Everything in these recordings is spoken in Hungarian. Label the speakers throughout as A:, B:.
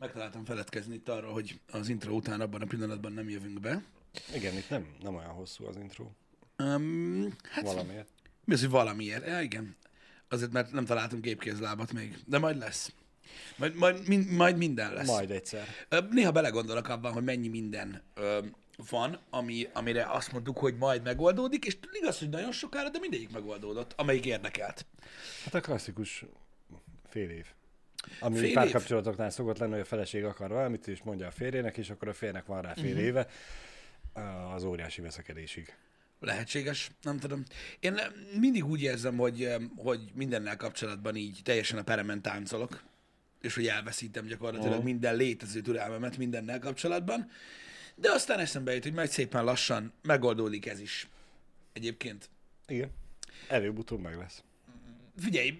A: Megtaláltam feledkezni itt arról, hogy az intro után abban a pillanatban nem jövünk be.
B: Igen, itt nem olyan hosszú az intro.
A: Hát
B: Valamiért.
A: mi az, hogy valamiért? Ja, igen. Azért, mert nem találtunk gépkézlábat még. De majd lesz. Majd minden lesz.
B: Majd egyszer.
A: Néha belegondolok abban, hogy mennyi minden van, amire azt mondtuk, hogy majd megoldódik, és igaz, hogy nagyon sokára, de mindegyik megoldódott, amelyik érdekelt.
B: Hát a klasszikus fél év. Ami
A: Fél
B: párkapcsolatoknál szokott lenni, hogy a feleség akar valamit, és mondja a férjének, és akkor a férnek van rá fél éve az óriási veszekedésig.
A: Lehetséges, nem tudom. Én mindig úgy érzem, hogy mindennel kapcsolatban így teljesen a peremen táncolok, és hogy elveszítem gyakorlatilag minden létező türelmemet mindennel kapcsolatban, de aztán eszembe jut, hogy majd szépen lassan megoldódik ez is. Egyébként.
B: Igen. Előbb-utóbb meg lesz.
A: Figyelj,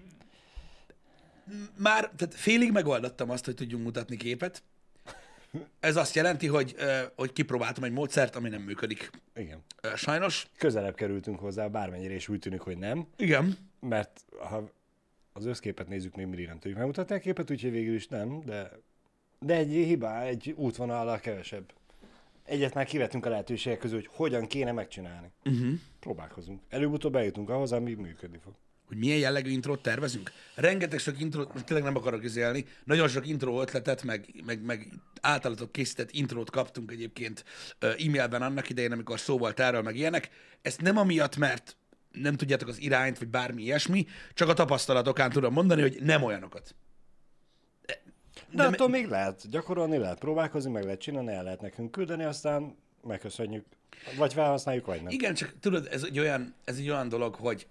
A: már tehát félig megoldottam azt, hogy tudjunk mutatni képet. Ez azt jelenti, hogy kipróbáltam egy módszert, ami nem működik.
B: Igen.
A: Sajnos.
B: Közelebb kerültünk hozzá, bármennyire is úgy tűnik, hogy nem.
A: Igen.
B: Mert ha az összképet nézzük, még mindig nem tudjuk megmutatni a képet, úgyhogy végül is nem, de egy hibá, egy útvonallal kevesebb. Egyet már kivettünk a lehetőségek közül, hogy hogyan kéne megcsinálni. Próbálkozunk. Előbb-utóbb eljutunk ahhoz, ami működni fog.
A: Hogy milyen jellegű intrót tervezünk. Rengeteg sok intrót, most tényleg nem akarok izélni, nagyon sok intro ötletet, meg általatok készített intrót kaptunk egyébként e-mailben annak idején, amikor szó volt erről, meg ilyenek. Ezt nem amiatt, mert nem tudjátok az irányt, vagy bármi ilyesmi, csak a tapasztalatokán tudom mondani, hogy nem olyanokat.
B: De attól még lehet gyakorolni, lehet próbálkozni, meg lehet csinálni, el lehet nekünk küldeni, aztán megköszönjük. Vagy felhasználjuk, vagy nem.
A: Igen, csak tudod, ez egy olyan dolog, hogy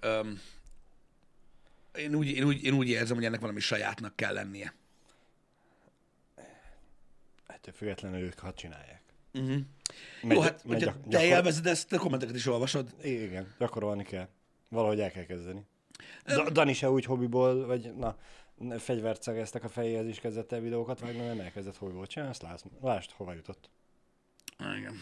A: én úgy érzem, hogy ennek valami sajátnak kell lennie.
B: Ettől függetlenül ők hadd csinálják.
A: Jó, hát, hogyha te élvezed ezt, a kommenteket is olvasod.
B: Igen, gyakorolni kell. Valahogy el kell kezdeni. Dani se úgy hobbiból, vagy fegyvert szegeztek a fejéhez is kezdett el videókat vágni, nem elkezdett hobbiból csinálni, azt lásd, hova jutott.
A: Igen.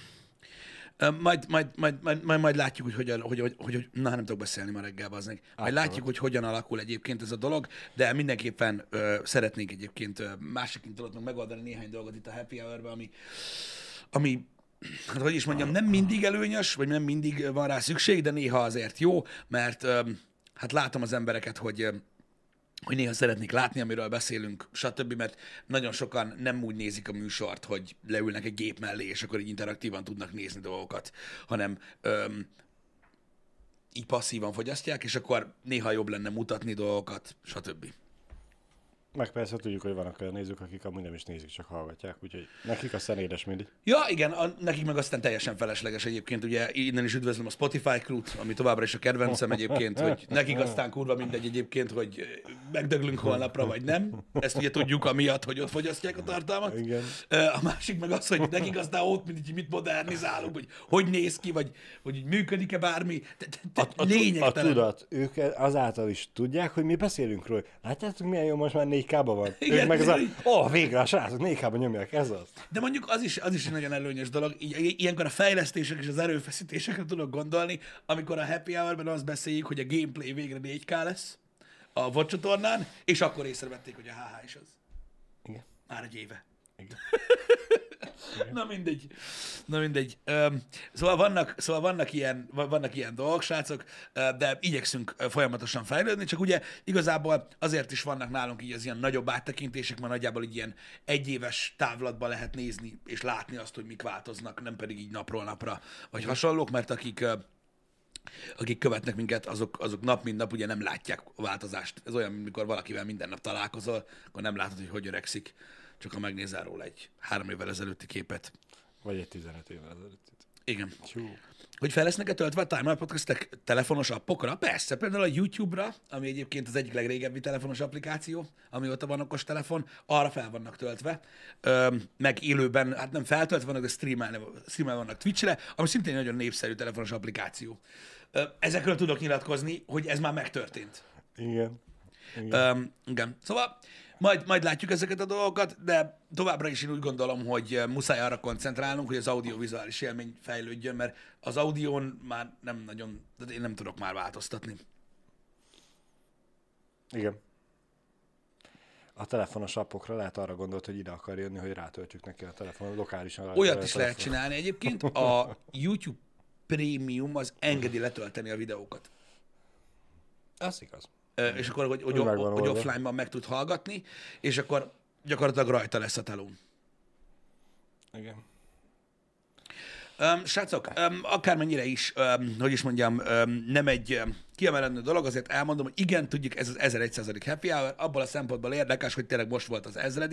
A: Majd látjuk, hogy na, nem tudok beszélni ma reggel, bazdmeg. Majd látjuk, hogy hogyan alakul egyébként ez a dolog, de mindenképpen szeretnénk egyébként másikint tudod megoldani néhány dolgot itt a Happy Hour-ben, ami hát hogy is mondjam, nem mindig előnyös, vagy nem mindig van rá szükség, de néha azért jó, mert hát látom az embereket, hogy néha szeretnék látni, amiről beszélünk, stb., mert nagyon sokan nem úgy nézik a műsort, hogy leülnek egy gép mellé, és akkor így interaktívan tudnak nézni dolgokat, hanem így passzívan fogyasztják, és akkor néha jobb lenne mutatni dolgokat, stb.
B: Meg persze tudjuk, hogy vannak olyan nézők, akik amúgy nem is nézik, csak hallgatják, úgyhogy nekik aztán édes mindig.
A: Ja, igen, nekik meg aztán teljesen felesleges egyébként, ugye innen is üdvözlöm a Spotify crew-t, ami továbbra is a kedvencem egyébként, hogy nekik aztán kurva mindegy egyébként, hogy megdöglünk holnapra, vagy nem. Ezt ugye tudjuk amiatt, hogy ott fogyasztják a tartalmat.
B: Igen.
A: A másik meg az, hogy nekik aztán ott mindig mit modernizálunk, hogy néz ki, vagy hogy így működik-e bármi.
B: A tudat, ők azáltal is tudják, hogy mi beszélünk róla. Látjátok, milyen jó, most már 4K-ban van.
A: Igen,
B: ők meg végre a srácok 4K-ban nyomják, ez az.
A: De mondjuk az is egy nagyon előnyös dolog. Ilyenkor a fejlesztések és az erőfeszítésekre tudok gondolni, amikor a Happy Hour-ben azt beszéljük, hogy a gameplay végre 4K lesz a VOD csatornán, és akkor észrevették, hogy a HH is az.
B: Igen.
A: Már egy éve.
B: Igen.
A: Na mindegy. Szóval vannak ilyen dolgok, srácok, de igyekszünk folyamatosan fejlődni, csak ugye igazából azért is vannak nálunk így az ilyen nagyobb áttekintések, mert nagyjából így ilyen egyéves távlatban lehet nézni és látni azt, hogy mik változnak, nem pedig így napról napra, vagy hasonlók, mert akik követnek minket, azok nap mint nap ugye nem látják a változást. Ez olyan, mint mikor valakivel minden nap találkozol, akkor nem látod, hogy öregszik. Csak ha megnézel róla egy 3 évvel ezelőtti képet.
B: Vagy egy 15 évvel ezelőtt.
A: Igen.
B: Csú.
A: Hogy fel lesznek-e töltve a Time Out Podcastek telefonos appokra? Persze, például a YouTube-ra, ami egyébként az egyik legrégebbi telefonos applikáció, amióta van okos telefon, arra fel vannak töltve. Meg élőben, hát nem feltöltve vannak, de streamel vannak Twitch-re, ami szintén nagyon népszerű telefonos applikáció. Ezekről tudok nyilatkozni, hogy ez már megtörtént.
B: Igen.
A: Igen. Szóval majd látjuk ezeket a dolgokat, de továbbra is én úgy gondolom, hogy muszáj arra koncentrálnunk, hogy az audiovizuális élmény fejlődjön, mert az audión már nem nagyon, én nem tudok már változtatni.
B: Igen. a telefonos appokra lehet arra gondolt, hogy ide akar jönni, hogy rátöltjük neki a telefon, lokálisan.
A: Olyat is lehet csinálni egyébként. A YouTube Premium az engedi letölteni a videókat.
B: Az igaz.
A: És akkor, hogy offline-ban meg tud hallgatni, és akkor gyakorlatilag rajta lesz a telón.
B: Igen.
A: Srácok, akármennyire is, hogy is mondjam, nem egy kiemelendő dolog, azért elmondom, hogy igen, tudjuk, ez az 1100. happy hour, abból a szempontból érdekes, hogy tényleg most volt az 1000.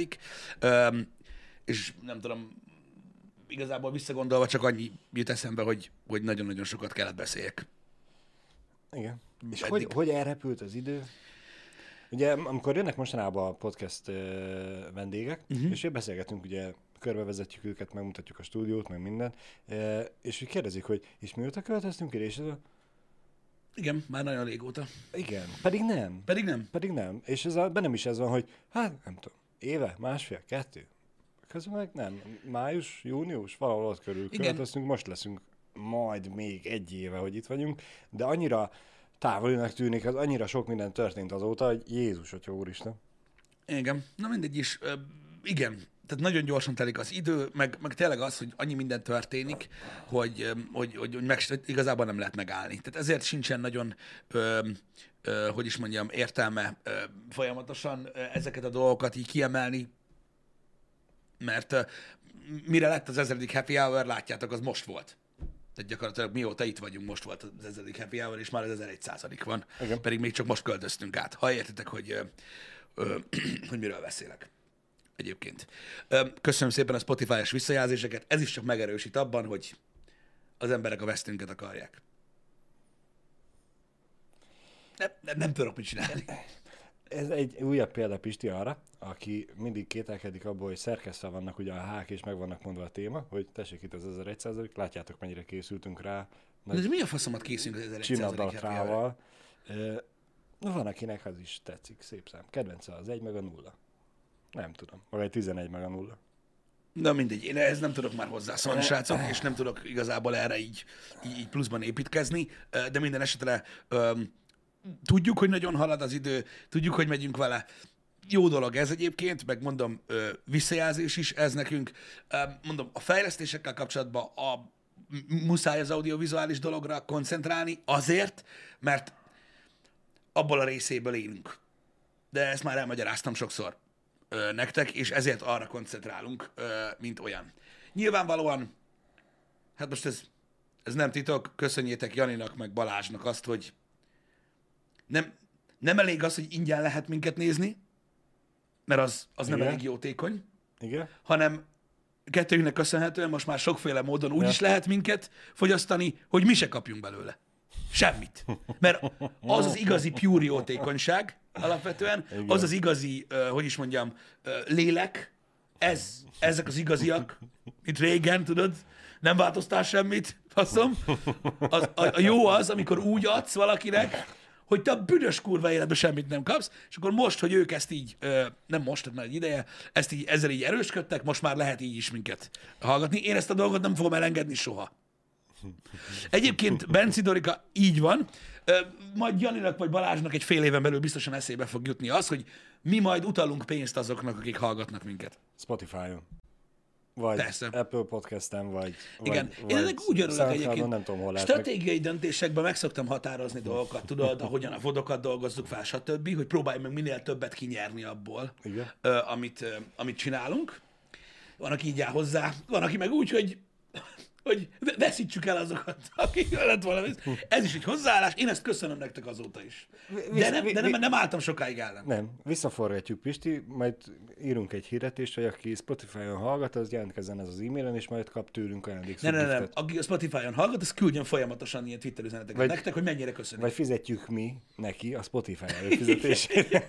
A: És nem tudom, igazából visszagondolva csak annyi jut eszembe, hogy nagyon-nagyon sokat kellett beszéljek.
B: Igen. És hogy elrepült az idő? Ugye, amikor jönnek mostanában a podcast vendégek, és beszélgetünk, ugye körbevezetjük őket, megmutatjuk a stúdiót, meg mindent, és kérdezik, hogy és mióta költöztünk ide, és
A: igen, már nagyon régóta.
B: Igen, pedig nem. Pedig nem. És bennem is ez van, hogy hát nem tudom, éve, másfél, 2. Közben meg nem. Május, június, valahol ott körül költöztünk, most leszünk majd még 1 éve, hogy itt vagyunk, de annyira távolinak tűnik, az annyira sok minden történt azóta, hogy Jézus, Atya Úristen.
A: Igen, na mindegy is, igen, tehát nagyon gyorsan telik az idő, meg tényleg az, hogy annyi minden történik, hogy igazából nem lehet megállni. Tehát ezért sincsen nagyon, hogy is mondjam, értelme folyamatosan ezeket a dolgokat így kiemelni, mert mire lett az 1000. happy hour, látjátok, az most volt. Tehát gyakorlatilag mióta itt vagyunk, most volt az 1000. happy hour, és már az 1100. van. Igen. Pedig még csak most költöztünk át. Ha értitek, hogy miről beszélek. Egyébként. Köszönöm szépen a Spotify-os visszajelzéseket. Ez is csak megerősít abban, hogy az emberek a vesztünket akarják. Nem tudok mit csinálni.
B: Ez egy újabb példa Pisti arra, aki mindig kételkedik abból, hogy szerkesztve vannak ugye a hák, és meg vannak mondva a téma, hogy tessék itt az 1100. Látjátok, mennyire készültünk rá.
A: De ez mi a faszomat készülünk az
B: 1100. Van, akinek az is tetszik, szép szám. Kedvence az 1 meg a 0. Nem tudom. Vagy egy 11 meg a 0.
A: Na mindegy, én ehhez nem tudok már hozzászólni, srácok, és nem tudok igazából erre így pluszban építkezni, de minden esetre tudjuk, hogy nagyon halad az idő, tudjuk, hogy megyünk vele. Jó dolog ez egyébként, meg mondom, visszajelzés is ez nekünk. Mondom, a fejlesztésekkel kapcsolatban muszáj az audiovizuális dologra koncentrálni azért, mert abból a részéből élünk. De ezt már elmagyaráztam sokszor nektek, és ezért arra koncentrálunk, mint olyan. Nyilvánvalóan, hát most ez nem titok, köszönjétek Janinak, meg Balázsnak azt, hogy nem elég az, hogy ingyen lehet minket nézni, mert az nem elég jótékony,
B: igen,
A: hanem kettőnknek köszönhetően most már sokféle módon úgy is lehet minket fogyasztani, hogy mi se kapjunk belőle. Semmit. Mert az az igazi pure jótékonyság alapvetően, igen. Az az igazi, hogy is mondjam, lélek, ezek az igaziak, mint régen, tudod, nem változtál semmit, faszom. A jó az, amikor úgy adsz valakinek, hogy te a büdös kurva életben semmit nem kapsz, és akkor most, hogy ők ezt így, nem most, tehát már egy ideje, ezzel így erősködtek, most már lehet így is minket hallgatni. Én ezt a dolgot nem fogom elengedni soha. Egyébként Benci Dorika így van, majd Janinak vagy Balázsnak egy fél éven belül biztosan eszébe fog jutni az, hogy mi majd utalunk pénzt azoknak, akik hallgatnak minket.
B: Spotify-on. Vagy persze. Apple Podcast-en, vagy
A: igen. Én ennek úgy örülök egyébként.
B: Nem tudom, hol
A: stratégiai döntésekben meg szoktam határozni dolgokat, tudod, ahogyan a vodokat dolgozzuk fel, stb., hogy próbálj meg minél többet kinyerni abból, amit csinálunk. Van, aki így áll hozzá, van, aki meg úgy, hogy veszítsük el azokat, akik lett valami. Ez is egy hozzáállás, én ezt köszönöm nektek azóta is. De nem álltam sokáig ellen.
B: Nem, visszaforgatjuk, Pisti, majd írunk egy hirdetést, hogy aki Spotify-on hallgat, az jelentkezzen ez az e-mailen, és majd kap tőlünk ajándékszubgiftet.
A: Nem. Aki a Spotify-on hallgat, az küldjön folyamatosan ilyen Twitter üzeneteket nektek, hogy mennyire köszönjük.
B: Vagy fizetjük mi neki a Spotify előfizetését.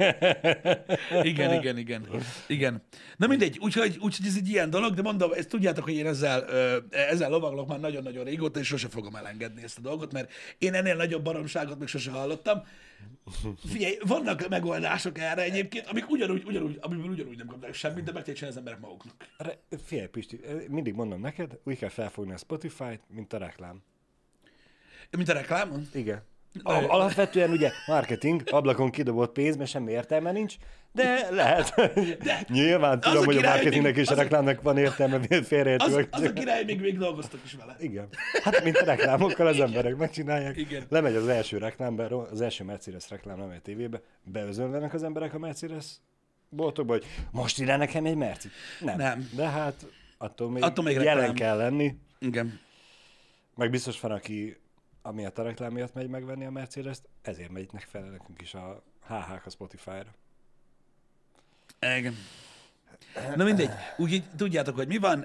A: Igen. Na mindegy, úgyhogy ez egy ilyen dolog, de mondom, ezt tudjátok, hogy én ezzel lovaglok már nagyon-nagyon régóta, és sose fogom elengedni ezt a dolgot, mert én ennél nagyobb baromságot még sose hallottam. Figyelj, vannak megoldások erre egyébként, amiből ugyanúgy nem kapnak semmit, de megtétsen az emberek maguknak.
B: Figyelj, Pisti, mindig mondom neked, úgy kell felfogni a Spotify-t, mint a reklám.
A: Mint a reklámon?
B: Igen. Alapvetően ugye marketing, ablakon kidobott pénz, mert semmi értelme nincs, de lehet. Nyilván tudom, hogy a marketingnek és a reklámnak van értelme, félreértőek.
A: Az a király, még dolgoztak is vele.
B: Igen. Hát, mint a reklámokkal az emberek megcsinálják.
A: Igen.
B: Lemegy az első reklámba, az első Mercedes reklám lemegy a tévébe, beözönlenek az emberek a Mercedes boltokba, hogy most ide nekem egy Merci. Nem. De hát attól még jelen
A: reklám
B: kell lenni.
A: Igen.
B: Meg biztos van, aki amiatt a reklám miatt megy megvenni a Mercedes-t, ezért megy fel nekünk is a HH-k a Spotify-ra.
A: Igen. Na mindegy, úgy tudjátok, hogy mi van.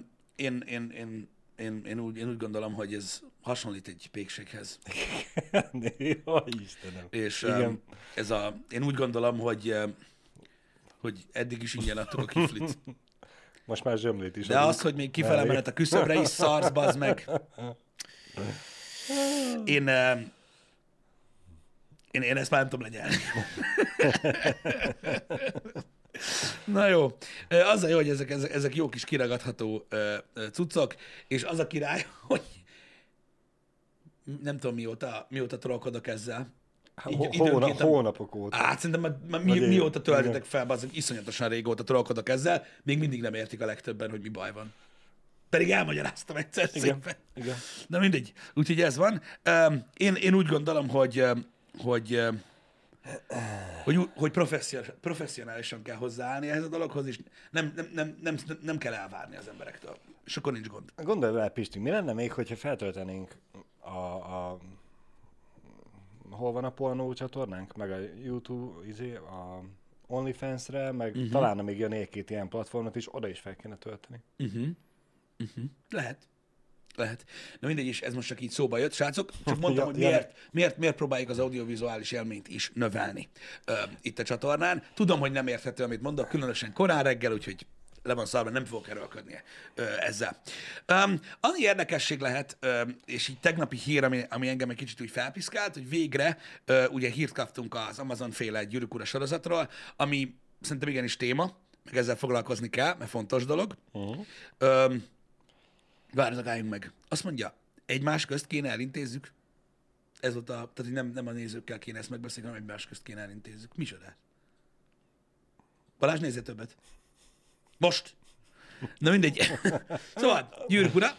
A: Én úgy gondolom, hogy ez hasonlít egy pékséghez.
B: Jó, Istenem.
A: És
B: Igen.
A: én úgy gondolom, hogy eddig is ingyen adtuk a kiflit.
B: Most már zsömlét is.
A: De az, hogy még kifele menet a küszöbre is szarsz, bazd meg. Én ezt már nem tudom lenyelni. Na jó. Az a jó, hogy ezek jó kis kiragadható cuccok, és az a király, hogy nem tudom mióta trollkodok ezzel.
B: Hónapok óta.
A: Szerintem mióta töltitek fel, az iszonyatosan régóta trollkodok ezzel, még mindig nem értik a legtöbben, hogy mi baj van. Pedig elmagyaráztam egyszer szépen.
B: Igen.
A: Na mindegy. Úgyhogy ez van. Én úgy gondolom, hogy professzionálisan kell hozzáállni ehhez a dologhoz, és nem kell elvárni az emberektől. És akkor nincs gond.
B: Gondolj vele, Pisti, mi lenne még, hogyha feltöltenénk hol van a pornó csatornánk? Meg a YouTube, a OnlyFans-re, meg talán még jön egy-két ilyen platformot is, oda is fel kéne tölteni.
A: Lehet. Na mindegy, és ez most csak így szóba jött, srácok. Csak mondtam, hogy miért próbáljuk az audiovizuális élményt is növelni itt a csatornán. Tudom, hogy nem érthető, amit mondok, különösen korán reggel, úgyhogy le van szarva, nem fogok erőlködni ezzel. Annyi érdekesség lehet, és így tegnapi hír, ami engem egy kicsit úgy felpiszkált, hogy végre ugye hírt kaptunk az Amazon-féle Gyűrűk Ura sorozatról, ami szerintem igenis téma, meg ezzel foglalkozni kell, mert fontos dolog. Várjatok, álljunk meg. Azt mondja, egymás közt kéne elintézzük. Ez volt tehát hogy nem a nézőkkel kéne ezt megbeszélni, hanem egymás közt kéne elintézzük. Micsoda? Balázs, nézzél többet. Most. Na mindegy. Szóval, Gyűrűk Ura.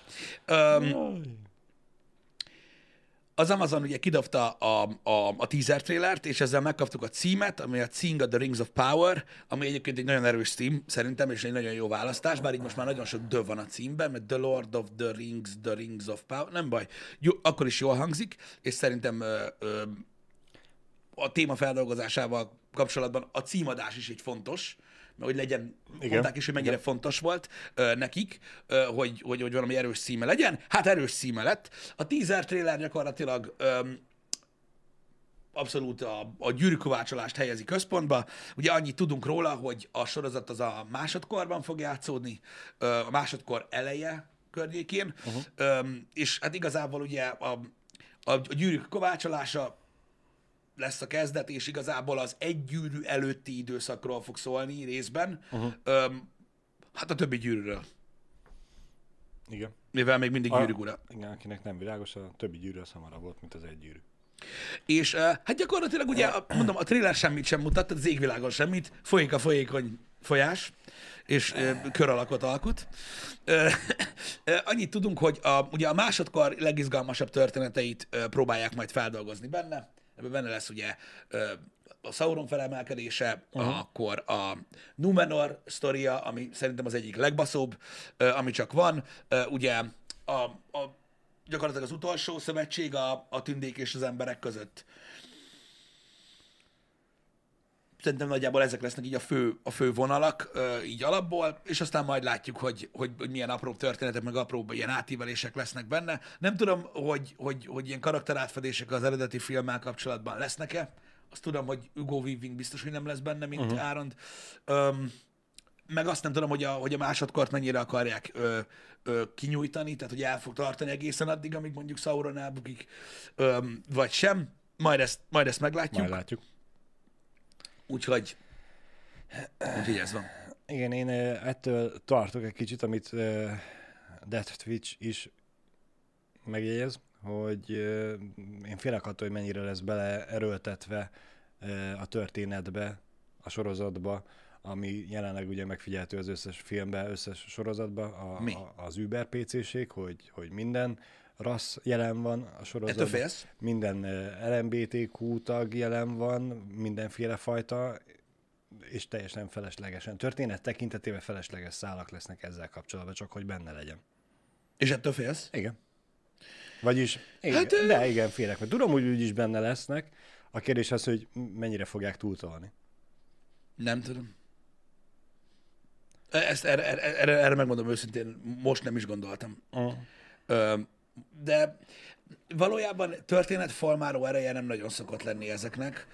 A: Az Amazon ugye kidobta a teaser trailert, és ezzel megkaptuk a címet, ami a Thing of the Rings of Power, ami egyébként egy nagyon erős cím, szerintem, és egy nagyon jó választás, bár így most már nagyon sok dö van a címben, mert The Lord of the Rings of Power, nem baj, jó, akkor is jól hangzik, és szerintem a téma feldolgozásával kapcsolatban a címadás is egy fontos, hogy legyen, mondták is, hogy mennyire fontos volt nekik, hogy valami erős címe legyen. Hát erős címe lett. A teaser trailer gyakorlatilag abszolút a gyűrűkovácsolást helyezi központba. Ugye annyit tudunk róla, hogy a sorozat az a másodkorban fog játszódni, a másodkor eleje környékén, és hát igazából ugye a gyűrűk kovácsolása lesz a kezdet, és igazából az egy gyűrű előtti időszakról fog szólni részben. Hát a többi gyűrűről.
B: Igen.
A: Mivel még mindig Gyűrűk Ura.
B: Igen, akinek nem világos, a többi gyűrű az hamarabb volt, mint az egy gyűrű.
A: És hát gyakorlatilag ugye, mondom, a trailer semmit sem mutat, tehát az égvilágon semmit, folyik a folyékony folyás, és kör alakot alkot. Annyit tudunk, hogy ugye a másodkor legizgalmasabb történeteit próbálják majd feldolgozni benne. Ebben benne lesz ugye a Sauron felemelkedése, akkor a Númenor sztoria, ami szerintem az egyik legbaszóbb, ami csak van. Ugye gyakorlatilag az utolsó szövetség a tündék és az emberek között. Szerintem nagyjából ezek lesznek így a fő vonalak így alapból, és aztán majd látjuk, hogy milyen apró történetek, meg apró ilyen átívelések lesznek benne. Nem tudom, hogy ilyen karakterátfedések az eredeti filmmel kapcsolatban lesznek-e. Azt tudom, hogy Hugo Weaving biztos, hogy nem lesz benne, mint Árond. Meg azt nem tudom, hogy a másodkort mennyire akarják kinyújtani, tehát hogy el fog tartani egészen addig, amíg mondjuk Sauron elbukik, vagy sem. Majd ezt meglátjuk.
B: Majd látjuk.
A: Úgyhogy ez van.
B: Igen, én ettől tartok egy kicsit, amit Death Twitch is megjegyez, hogy én félek attól, hogy mennyire lesz beleerőltetve a történetbe, a sorozatba, ami jelenleg ugye megfigyelhető az összes filmben, összes sorozatban,
A: Mi?
B: az Uber PC-ség, hogy minden rassz jelen van a
A: Ettől
B: sorozatban,
A: félsz?
B: minden LMBTQ tag jelen van, mindenféle fajta, és teljesen feleslegesen. Történet tekintetében felesleges szálak lesznek ezzel kapcsolatban, csak hogy benne legyen.
A: És ettől félsz?
B: Igen. Vagyis, igen,
A: Hát,
B: de igen, félek, mert tudom, hogy úgyis benne lesznek. A kérdés az, hogy mennyire fogják túltolni.
A: Nem tudom. Erre megmondom őszintén, most nem is gondoltam. De valójában történetformáló ereje nem nagyon szokott lenni ezeknek.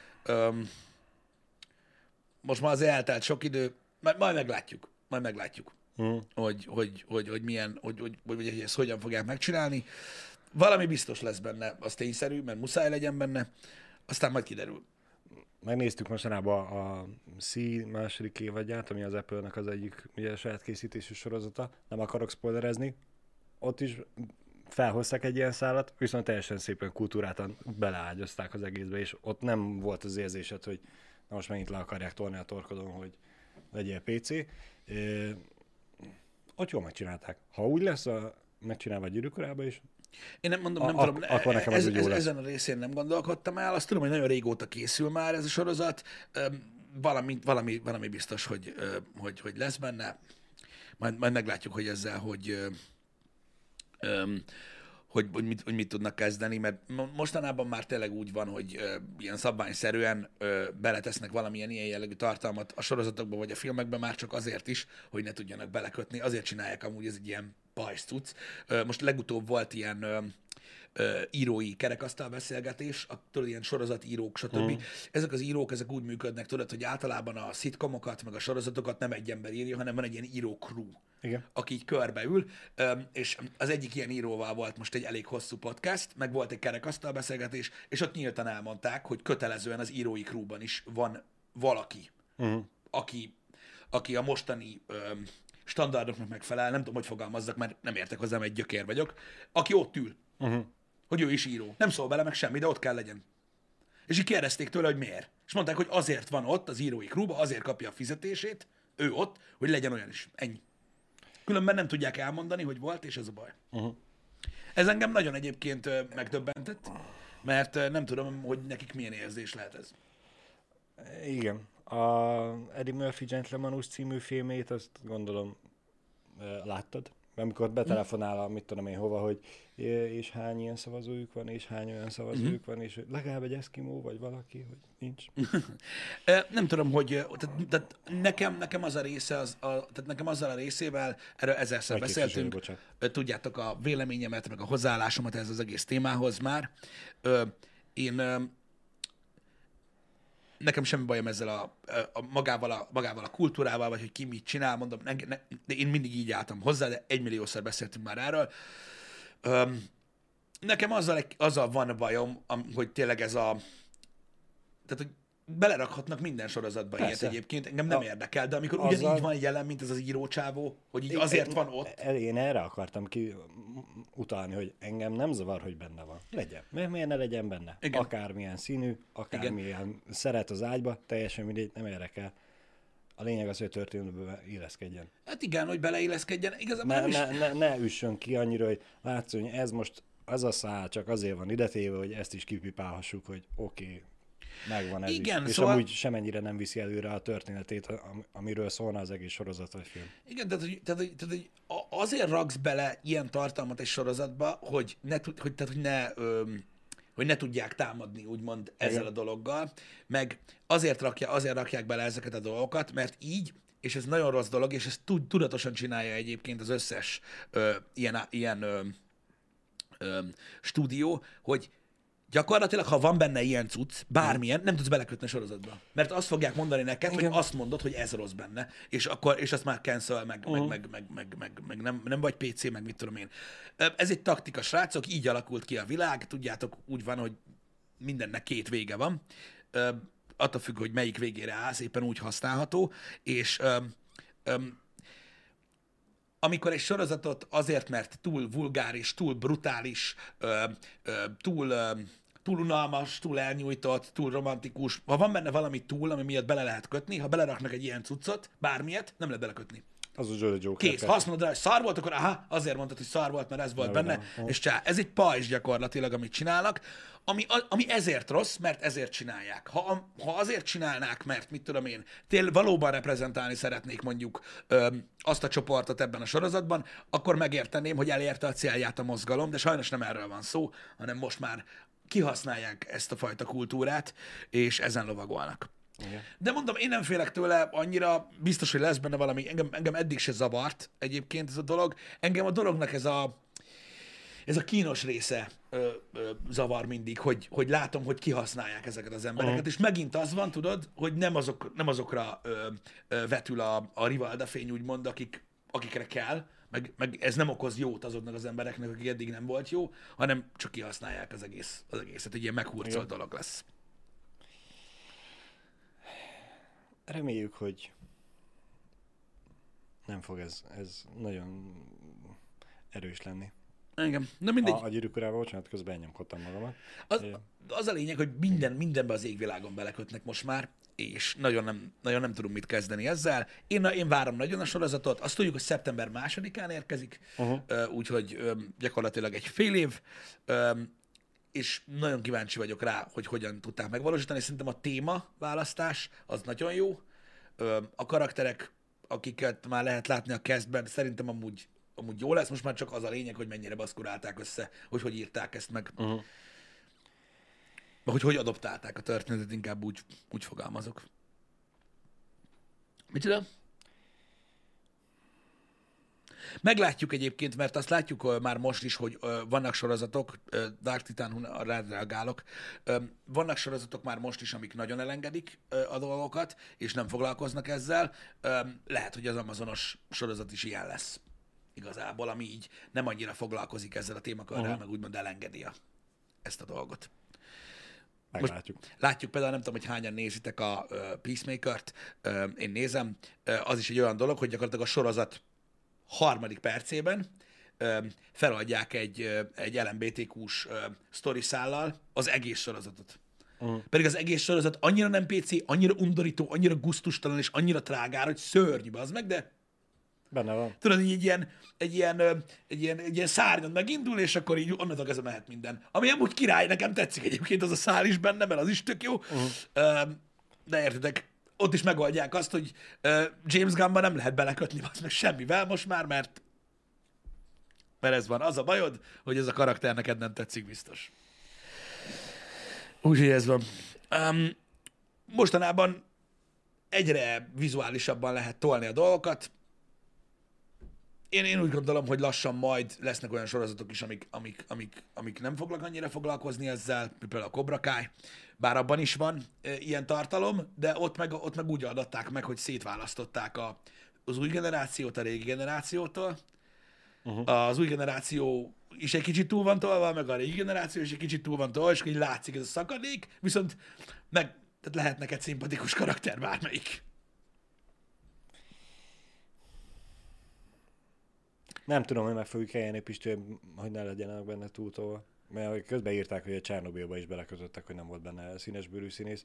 A: Most már azért eltelt sok idő, majd meglátjuk. Majd meglátjuk, hogy milyen, hogy ezt hogyan fogják megcsinálni. Valami biztos lesz benne, az tényszerű, mert muszáj legyen benne, aztán majd kiderül.
B: Megnéztük mostanában a C második évadját, ami az Apple-nek az egyik ugye, saját készítésű sorozata. Nem akarok spoilerezni. Ott is felhoztak egy ilyen szálat, viszont teljesen szépen kultúrátan beleágyazták az egészbe, és ott nem volt az érzésed, hogy na most megint le akarják tolni a torkodon, hogy legyél PC. Ott jól megcsinálták. Ha úgy lesz megcsinálva a Gyűrűk Urában is,
A: Én nem mondom, nem tudom,
B: akkor nekem ez úgy jó lesz.
A: ezen a részén nem gondolkodtam el, azt tudom, hogy nagyon régóta készül már ez a sorozat, valami biztos, hogy lesz benne, majd meglátjuk, hogy ezzel, hogy mit tudnak kezdeni, mert mostanában már tényleg úgy van, hogy ilyen szabványszerűen beletesznek valamilyen ilyen jellegű tartalmat a sorozatokba vagy a filmekbe már csak azért is, hogy ne tudjanak belekötni, azért csinálják amúgy, ez egy ilyen pajzs cucc. Most legutóbb volt ilyen írói kerekasztal beszélgetés, tudod, ilyen sorozatírók, stb. Ezek az írók, ezek úgy működnek, tudod, hogy általában a szitkomokat, meg a sorozatokat nem egy ember írja, hanem van egy ilyen író crew,
B: igen.
A: aki így körbeül, és az egyik ilyen íróval volt most egy elég hosszú podcast, meg volt egy kerekasztal beszélgetés, és ott nyíltan elmondták, hogy kötelezően az írói crewban is van valaki, aki a mostani standardoknak megfelel, nem tudom, hogy fogalmazzak, mert nem értek hozzá, egy gyökér vagyok, aki ott ül, hogy ő is író. Nem szól bele meg semmi, de ott kell legyen. És így kérdezték tőle, hogy miért. És mondták, hogy azért van ott az írói crewba, azért kapja a fizetését, ő ott, hogy legyen olyan is. Ennyi. Különben nem tudják elmondani, hogy volt, és ez a baj. Ez engem nagyon egyébként megdöbbentett, mert nem tudom, hogy nekik milyen érzés lehet ez.
B: Igen. A Eddie Murphy Gentleman című filmét, azt gondolom láttad? Amikor betelefonál mit tudom én hova, hogy és hány ilyen szavazójuk van, és hány olyan szavazójuk van, és legalább egy eszkimó, vagy valaki, hogy nincs.
A: Nem tudom, hogy tehát nekem az a része, tehát nekem azzal a részével, erről ezerszer beszéltünk, tudjátok a véleményemet, meg a hozzáállásomat ez az egész témához már. Nekem semmi bajom ezzel magával a kultúrával, vagy hogy ki mit csinál, mondom, de én mindig így álltam hozzá, de 1 milliószor beszéltünk már erről. Nekem azzal van bajom, hogy tényleg ez tehát, hogy belerakhatnak minden sorozatba ilyet egyébként, engem nem érdekel, de amikor ugyanígy van jelen, mint ez az írócsávó, hogy így azért van ott.
B: Én erre akartam utalni, hogy engem nem zavar, hogy benne van. Legyen. Miért ne legyen benne? Igen. Akármilyen színű, akármilyen szeret az ágyba, teljesen mindegy, nem érdekel. A lényeg az, hogy a történetbe illeszkedjen.
A: Hát igen, hogy beleilleszkedjen. Igazából
B: ne üssön ki annyira, hogy látszol, hogy ez most az a szál csak azért van idetéve, hogy ezt is kipipálhassuk, hogy oké, megvan ez
A: igen,
B: is. És amúgy semennyire nem viszi előre a történetét, amiről szólna az egész sorozat vagy film.
A: Igen, tehát azért raksz bele ilyen tartalmat egy sorozatba, hogy ne tudják támadni, úgymond ezzel a dologgal, meg azért rakják bele ezeket a dolgokat, mert így, és ez nagyon rossz dolog, és ezt tudatosan csinálja egyébként az összes ilyen stúdió, hogy gyakorlatilag, ha van benne ilyen cucc, bármilyen, nem tudsz belekötni a sorozatba. Mert azt fogják mondani neked, hogy azt mondod, hogy ez rossz benne, és azt már cancel, meg nem vagy PC, meg mit tudom én. Ez egy taktika, srácok, így alakult ki a világ, tudjátok, úgy van, hogy mindennek 2 vége van. Attól függ, hogy melyik végére állsz, éppen úgy használható, és amikor egy sorozatot azért, mert túl vulgáris, túl brutális, túl unalmas, túl elnyújtott, túl romantikus, ha van benne valami túl, ami miatt bele lehet kötni, ha beleraknak egy ilyen cuccot, bármilyet, nem lehet belekötni.
B: Az a Jolly Joker.
A: Kész. Ha azt mondod rá, hogy szar volt, akkor azért mondtad, hogy szar volt, mert ez volt benne, és csá. Ez egy pajzs gyakorlatilag, amit csinálnak, ami ezért rossz, mert ezért csinálják. Ha azért csinálnák, mert mit tudom én, valóban reprezentálni szeretnék mondjuk azt a csoportot ebben a sorozatban, akkor megérteném, hogy elérte a célját a mozgalom, de sajnos nem erről van szó, hanem most már kihasználják ezt a fajta kultúrát, és ezen lovagolnak.
B: Igen.
A: De mondom, én nem félek tőle annyira, biztos, hogy lesz benne valami, engem eddig se zavart egyébként ez a dolog. Engem a dolognak ez a kínos része zavar mindig, hogy látom, hogy kihasználják ezeket az embereket, és megint az van, tudod, hogy nem azokra vetül a rivalda fény, úgymond, akikre kell, meg ez nem okoz jót azoknak az embereknek, akik eddig nem volt jó, hanem csak kihasználják az egészet, egy ilyen meghurcolt dolog lesz.
B: Reméljük, hogy nem fog ez nagyon erős lenni.
A: Igen, de mindegy.
B: A Gyűrűk Urával, bocsánat, közben elnyomkodtam magamat.
A: Az a lényeg, hogy mindenbe az égvilágon belekötnek most már, és nagyon nem tudunk mit kezdeni ezzel. Én várom nagyon a sorozatot, azt tudjuk, hogy szeptember 2-án érkezik, úgyhogy gyakorlatilag egy fél év, és nagyon kíváncsi vagyok rá, hogy hogyan tudták megvalósítani. Szerintem a téma választás az nagyon jó. A karakterek, akiket már lehet látni a castben, szerintem amúgy jó lesz. Most már csak az a lényeg, hogy mennyire baszkurálták össze, hogy írták ezt meg. Hogy adoptálták a történetet, inkább úgy fogalmazok. Micsoda? Meglátjuk egyébként, mert azt látjuk már most is, hogy vannak sorozatok, Dark Titan, reagálok, vannak sorozatok már most is, amik nagyon elengedik a dolgokat, és nem foglalkoznak ezzel. Lehet, hogy az Amazonos sorozat is ilyen lesz igazából, ami így nem annyira foglalkozik ezzel a témakörrel, meg úgymond elengedi ezt a dolgot.
B: Meglátjuk.
A: Most látjuk például, nem tudom, hogy hányan nézitek a Peacemaker-t, én nézem, az is egy olyan dolog, hogy gyakorlatilag a sorozat 3. percében feladják egy LMBTQ-s sztori szállal az egész sorozatot. Pedig az egész sorozat annyira nem PC, annyira undorító, annyira gusztustalan és annyira trágár, hogy szörnyű az meg, de
B: benne van.
A: tudod, így egy ilyen szárnyon megindul, és akkor így onnantól kezdve mehet minden. Ami amúgy király, nekem tetszik egyébként az a szál is benne, mert az is tök jó. De értitek, ott is megoldják azt, hogy James Gunnba nem lehet belekötni az meg semmivel most már, mert ez van. Az a bajod, hogy ez a karakter neked nem tetszik biztos. Úgyhogy ez van. Mostanában egyre vizuálisabban lehet tolni a dolgokat. Én úgy gondolom, hogy lassan majd lesznek olyan sorozatok is, amik nem fognak annyira foglalkozni ezzel, például a Cobra Kai, bár abban is van ilyen tartalom, de ott meg úgy adatták meg, hogy szétválasztották az új generációt a régi generációtól. Az új generáció is egy kicsit túl van tolva, meg a régi generáció is egy kicsit túl van tolva, és így látszik ez a szakadék, viszont tehát lehet neked szimpatikus karakter bármelyik.
B: Nem tudom, hogy meg fogjuk eljönni, Pisti, hogy ne legyenek benne túltolva. Mert közben írták, hogy a Csernobilba is belekötöttek, hogy nem volt benne színesbőrű színész.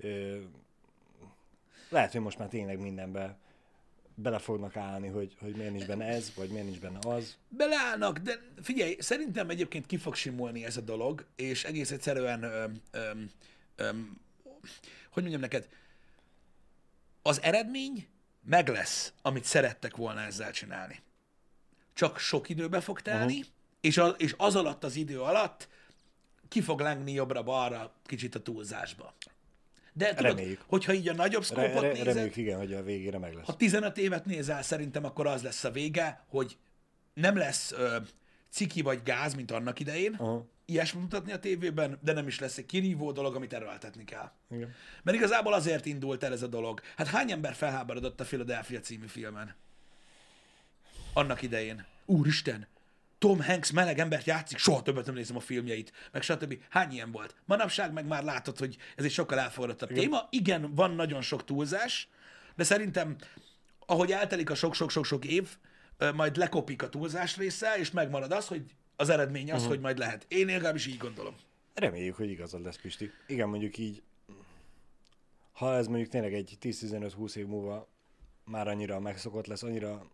B: Lehet, hogy most már tényleg mindenbe bele fognak állni, hogy miért nincs benne ez, vagy miért nincs benne az.
A: Beleállnak, de figyelj, szerintem egyébként ki fog simulni ez a dolog, és egész egyszerűen, hogy mondjam neked, az eredmény meg lesz, amit szerettek volna ezzel csinálni. Csak sok időbe fog telni, és az alatt az idő alatt ki fog lengni jobbra-balra kicsit a túlzásba. De tudod, hogyha így a nagyobb szkópot nézed,
B: reméljük, igen, hogy a végére meg lesz.
A: Ha 15 évet nézel, szerintem akkor az lesz a vége, hogy nem lesz ciki vagy gáz, mint annak idején, ilyesmit mutatni a tévében, de nem is lesz egy kirívó dolog, amit erőltetni kell.
B: Igen.
A: Mert igazából azért indult el ez a dolog. Hát hány ember felháborodott a Philadelphia című filmen? Annak idején. Úristen! Tom Hanks meleg embert játszik, soha többet nem nézem a filmjeit, meg stb. Hány ilyen volt? Manapság meg már látod, hogy ez egy sokkal elfogadottabb téma. Igen, van nagyon sok túlzás, de szerintem, ahogy eltelik a sok-sok-sok év, majd lekopik a túlzás része, és megmarad az, hogy az eredmény az, hogy majd lehet. Én legalábbis így gondolom.
B: Reméljük, hogy igazad lesz, Pisti. Igen, mondjuk így, ha ez mondjuk tényleg egy 10-15-20 év múlva már annyira megszokott lesz, annyira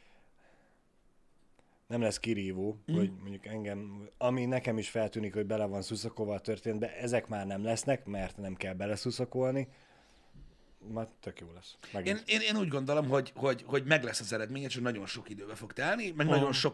B: nem lesz kirívó, hogy mondjuk engem, ami nekem is feltűnik, hogy bele van szuszakolva a történetbe, ezek már nem lesznek, mert nem kell beleszuszakolni, már tök jó lesz.
A: Én úgy gondolom, hogy meg lesz az eredmény, csak nagyon sok időbe fog telni, meg nagyon sok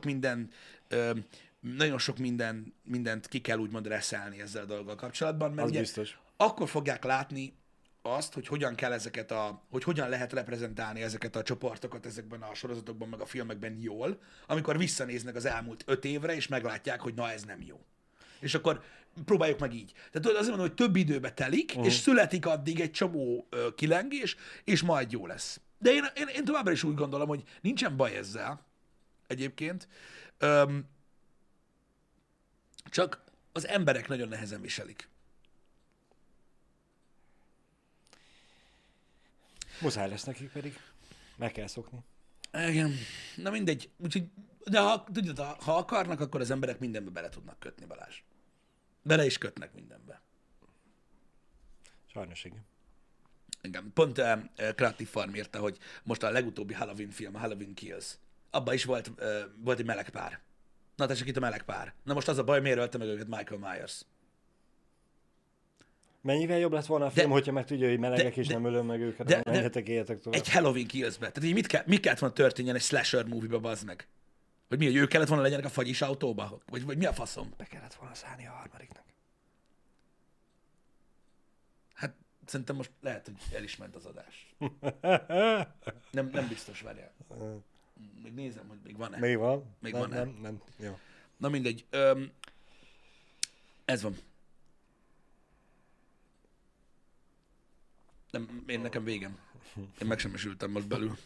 A: mindent ki kell úgymond reszelni ezzel a dolggal kapcsolatban, mert
B: Az
A: ugye
B: biztos.
A: akkor fogják látni azt, hogy hogyan kell hogy hogyan lehet reprezentálni ezeket a csoportokat ezekben a sorozatokban, meg a filmekben jól, amikor visszanéznek az elmúlt 5 évre, és meglátják, hogy na ez nem jó. És akkor próbáljuk meg így. Tehát tudod, azért mondom, hogy több időbe telik, és születik addig egy csomó kilengés, és majd jó lesz. De én továbbra is úgy gondolom, hogy nincsen baj ezzel egyébként, csak az emberek nagyon nehezen viselik.
B: Muszáj lesz nekik pedig. Meg kell szokni.
A: Igen. Na mindegy. Úgyhogy, de tudod, ha akarnak, akkor az emberek mindenbe bele tudnak kötni, Balázs. Bele is kötnek mindenbe.
B: Sajnos igen.
A: Igen. Pont Creative Farm írta, hogy most a legutóbbi Halloween film, a Halloween Kills, abban is volt egy meleg pár. Na tessék, itt a meleg pár. Na most az a baj, miért ölte meg őket Michael Myers?
B: Mennyivel jobb lett volna a film, hogyha meg tudja, hogy melegek, és nem ölöm meg őket, menjetek, éljetek tovább.
A: Egy Halloween Kills-be. Tehát így mit kellett volna történjen egy slasher movie-ba, bazd meg? Hogy mi, hogy ők kellett volna legyenek a fagyis autóba? Vagy mi a faszom?
B: Be kellett volna szállni a harmadiknak.
A: Hát szerintem most lehet, hogy el is ment az adás. Nem biztos, várjál. Még nézem, hogy még van-e.
B: Még van?
A: Még van-e.
B: Nem. Jó.
A: Na mindegy. Ez van. Nekem végem. Én megsemmisültem most belül.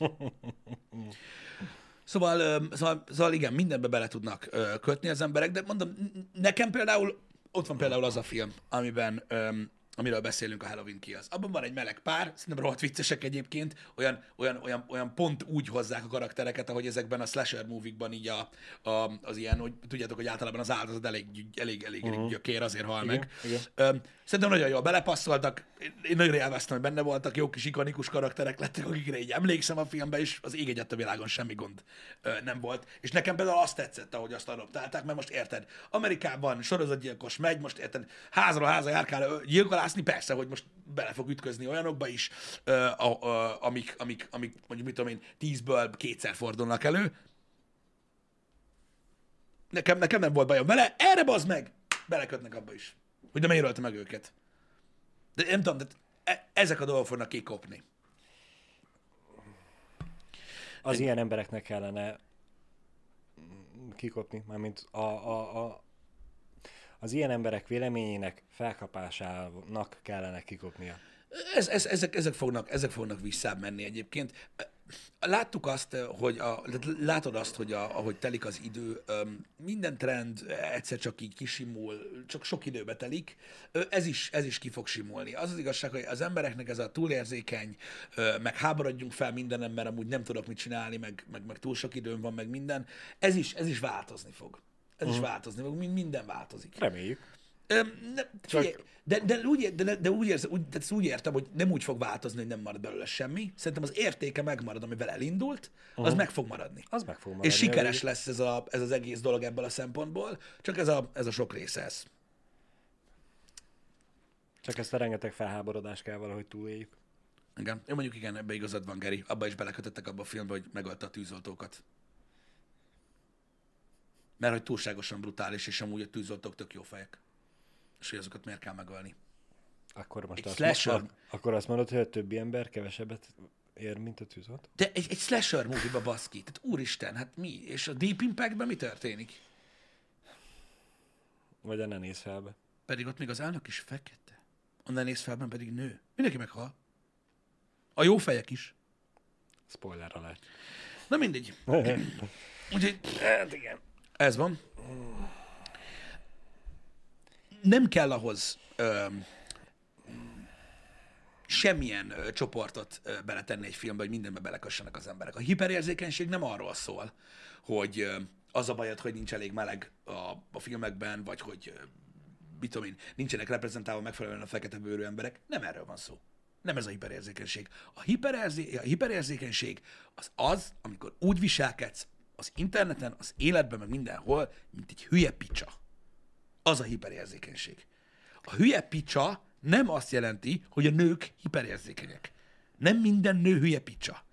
A: Szóval igen, mindenbe bele tudnak kötni az emberek, de mondom, nekem például, ott van például az a film, amiről beszélünk, a Halloween Kills. Abban van egy meleg pár, szerintem rohadt viccesek egyébként, olyan pont úgy hozzák a karaktereket, ahogy ezekben a slasher movie-kban így az ilyen, hogy tudjátok, hogy általában az áldozat elég gyökér, azért hal meg.
B: Igen.
A: Szerintem nagyon jól belepasszoltak, én nagyon élveztem, hogy benne voltak, jó kis ikonikus karakterek lettek, akikre így emlékszem a filmben, és az ég egyet a világon semmi gond nem volt. És nekem például azt tetszett, ahogy azt adoptálták, mert most érted, Amerikában sorozatgyilkos megy, most érted, házról házra járkál gyilkolászni, persze, hogy most bele fog ütközni olyanokba is, amik mondjuk mit tudom én, 10-ből 2-szer fordulnak elő. Nekem nem volt bajom vele, erre bazd meg, belekötnek abba is. Hogy de miért ölte meg őket. De nem tudom, de ezek a dolgok fognak kikopni.
B: Az ilyen embereknek kellene kikopni, mármint az ilyen emberek véleményének felkapásának kellene kikopnia.
A: Ezek fognak visszább menni egyébként. Láttuk azt, látod azt, hogy ahogy telik az idő, minden trend egyszer csak így kisimul, csak sok időbe telik, ez is ki fog simulni. Az igazság, hogy az embereknek ez a túlérzékeny, meg háborodjunk fel mindenem, mert amúgy nem tudok mit csinálni, meg túl sok időm van, meg minden, ez is változni fog. Ez is változni fog, minden változik.
B: Reméljük.
A: Figyelj, de ezt úgy értem, hogy nem úgy fog változni, hogy nem marad belőle semmi. Szerintem az értéke megmarad, amivel elindult, az meg fog maradni.
B: Az meg fog maradni.
A: És sikeres lesz ez az egész dolog ebből a szempontból, csak ez a sok része ez.
B: Csak ezt a rengeteg felháborodást kell valahogy túléljük.
A: Igen. Én mondjuk igen, ebbe igazad van, Geri. Abba is belekötöttek abba a filmbe, hogy megölte a tűzoltókat. Mert hogy túlságosan brutális, és amúgy a tűzoltók tök jó fejek. És hogy azokat miért kell megölni.
B: Akkor most
A: Akkor
B: azt mondod, hogy a többi ember kevesebbet ér, mint a tűzolt?
A: De egy slasher movie-ba baszki. Tehát úristen, hát mi? És a Deep Impact-ben mi történik?
B: Vagy a Ne Nézz Felbe.
A: Pedig ott még az elnök is fekete. A Ne Nézz Felben pedig nő. Mindenki meghal. A jó fejek is.
B: Spoiler alert.
A: Na mindegy. Úgyhogy,
B: Hát igen.
A: ez van. Nem kell ahhoz semmilyen csoportot beletenni egy filmbe, hogy mindenbe belekössenek az emberek. A hiperérzékenység nem arról szól, hogy az a bajod, hogy nincs elég meleg a filmekben, vagy hogy mit tudom én, nincsenek reprezentálva megfelelően a fekete bőrű emberek. Nem erről van szó. Nem ez a hiperérzékenység. A hiperérzékenység az, amikor úgy viselkedsz az interneten, az életben, meg mindenhol, mint egy hülye picsa. Az a hiperérzékenység. A hülye picsa nem azt jelenti, hogy a nők hiperérzékenyek. Nem minden nő hülye picsa.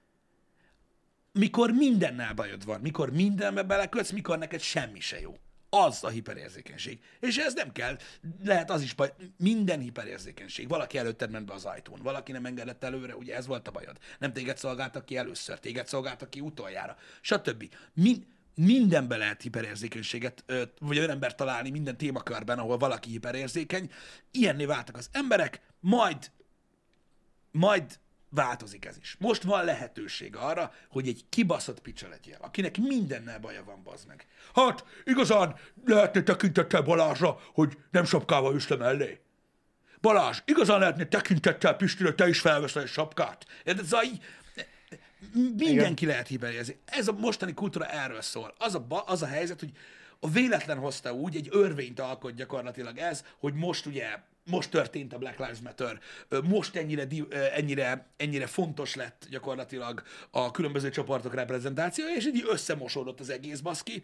A: Mikor mindennel bajod van, mikor mindenbe belekötsz, mikor neked semmi se jó. Az a hiperérzékenység. És ez nem kell, lehet az is baj, minden hiperérzékenység. Valaki előtted ment be az ajtón, valaki nem engedett előre, ugye ez volt a bajod. Nem téged szolgáltak ki először, téged szolgáltak ki utoljára, stb. Mindenben lehet hiperérzékenységet, vagy olyan embert találni minden témakörben, ahol valaki hiperérzékeny. Ilyenné váltak az emberek, majd változik ez is. Most van lehetőség arra, hogy egy kibaszott picsa legyél, akinek mindennel baja van, bazd meg. Hát, igazán lehetne tekintettel Balázsra, hogy nem sapkával üsd le mellé. Balázs, igazán lehetne tekintettel Pistire, te is felveszel egy sapkát. Érted? Szóval így, mindenki lehet hiperérzékeny. Ez a mostani kultúra erről szól. Az a helyzet, hogy a véletlen hozta úgy, egy örvényt alkot gyakorlatilag ez, hogy most történt a Black Lives Matter, most ennyire fontos lett gyakorlatilag a különböző csoportok reprezentációja, és így összemosódott az egész, baszki.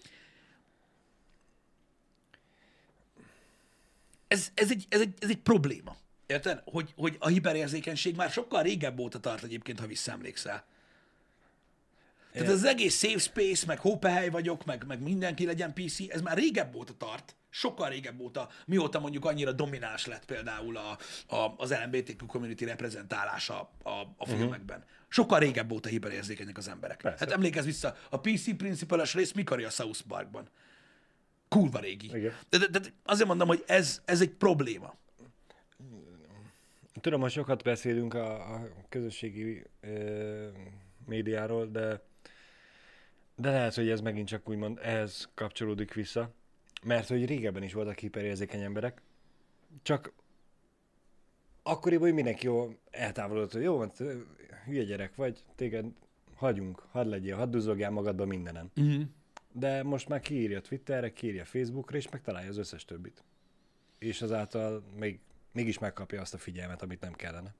A: Ez egy probléma. Érted? Hogy a hiperérzékenység már sokkal régebb óta tart egyébként, ha visszaemlékszel. Tehát az egész safe space, meg hópehely vagyok, meg mindenki legyen PC, ez már régebb óta tart, sokkal régebb óta, mióta mondjuk annyira domináns lett például az LMBTQ community reprezentálása a filmekben. Sokkal régebb óta hiperérzékenyek az emberek. Persze. Hát emlékezz vissza, a PC Principle-es rész mikor a South Parkban? Kurva régi. De azért mondom, hogy ez egy probléma.
B: Tudom, hogy sokat beszélünk a közösségi médiáról, de lehet, hogy ez megint csak úgymond ehhez kapcsolódik vissza, mert hogy régebben is voltak hiperérzékeny emberek, csak akkoriban mindenki jól eltávolodott, hogy jó, hát, hülye gyerek vagy, téged hagyunk, hadd legyél, hadd duzzogjál magadba mindenem. Uh-huh. De most már kiírja Twitterre, kiírja Facebookra, és megtalálja az összes többit. És azáltal mégis megkapja azt a figyelmet, amit nem kellene.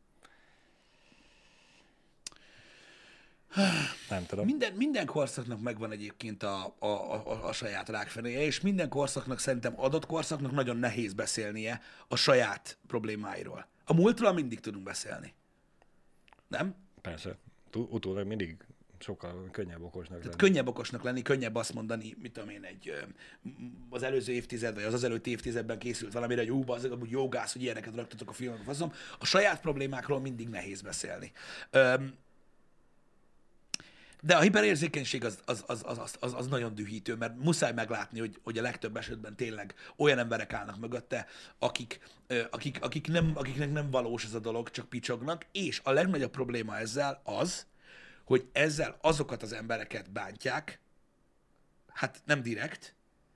B: Nem tudom.
A: Minden korszaknak megvan egyébként a saját rákfenéje, és minden korszaknak szerintem adott korszaknak nagyon nehéz beszélnie a saját problémáiról. A múltról mindig tudunk beszélni. Nem?
B: Persze. Utólag mindig sokkal könnyebb okosnak lenni.
A: Könnyebb okosnak lenni, könnyebb azt mondani, mit tudom én, az előző évtized, vagy az előtti évtizedben készült valamire, hogy az amúgy jogász, hogy ilyeneket raktatok a filmekbe, faszom. A saját problémákról mindig nehéz beszélni. De a hiperérzékenység az nagyon dühítő, mert muszáj meglátni, hogy a legtöbb esetben tényleg olyan emberek állnak mögötte, akiknek nem valós ez a dolog, csak picsognak, és a legnagyobb probléma ezzel az, hogy ezzel azokat az embereket bántják, hát nem direkt,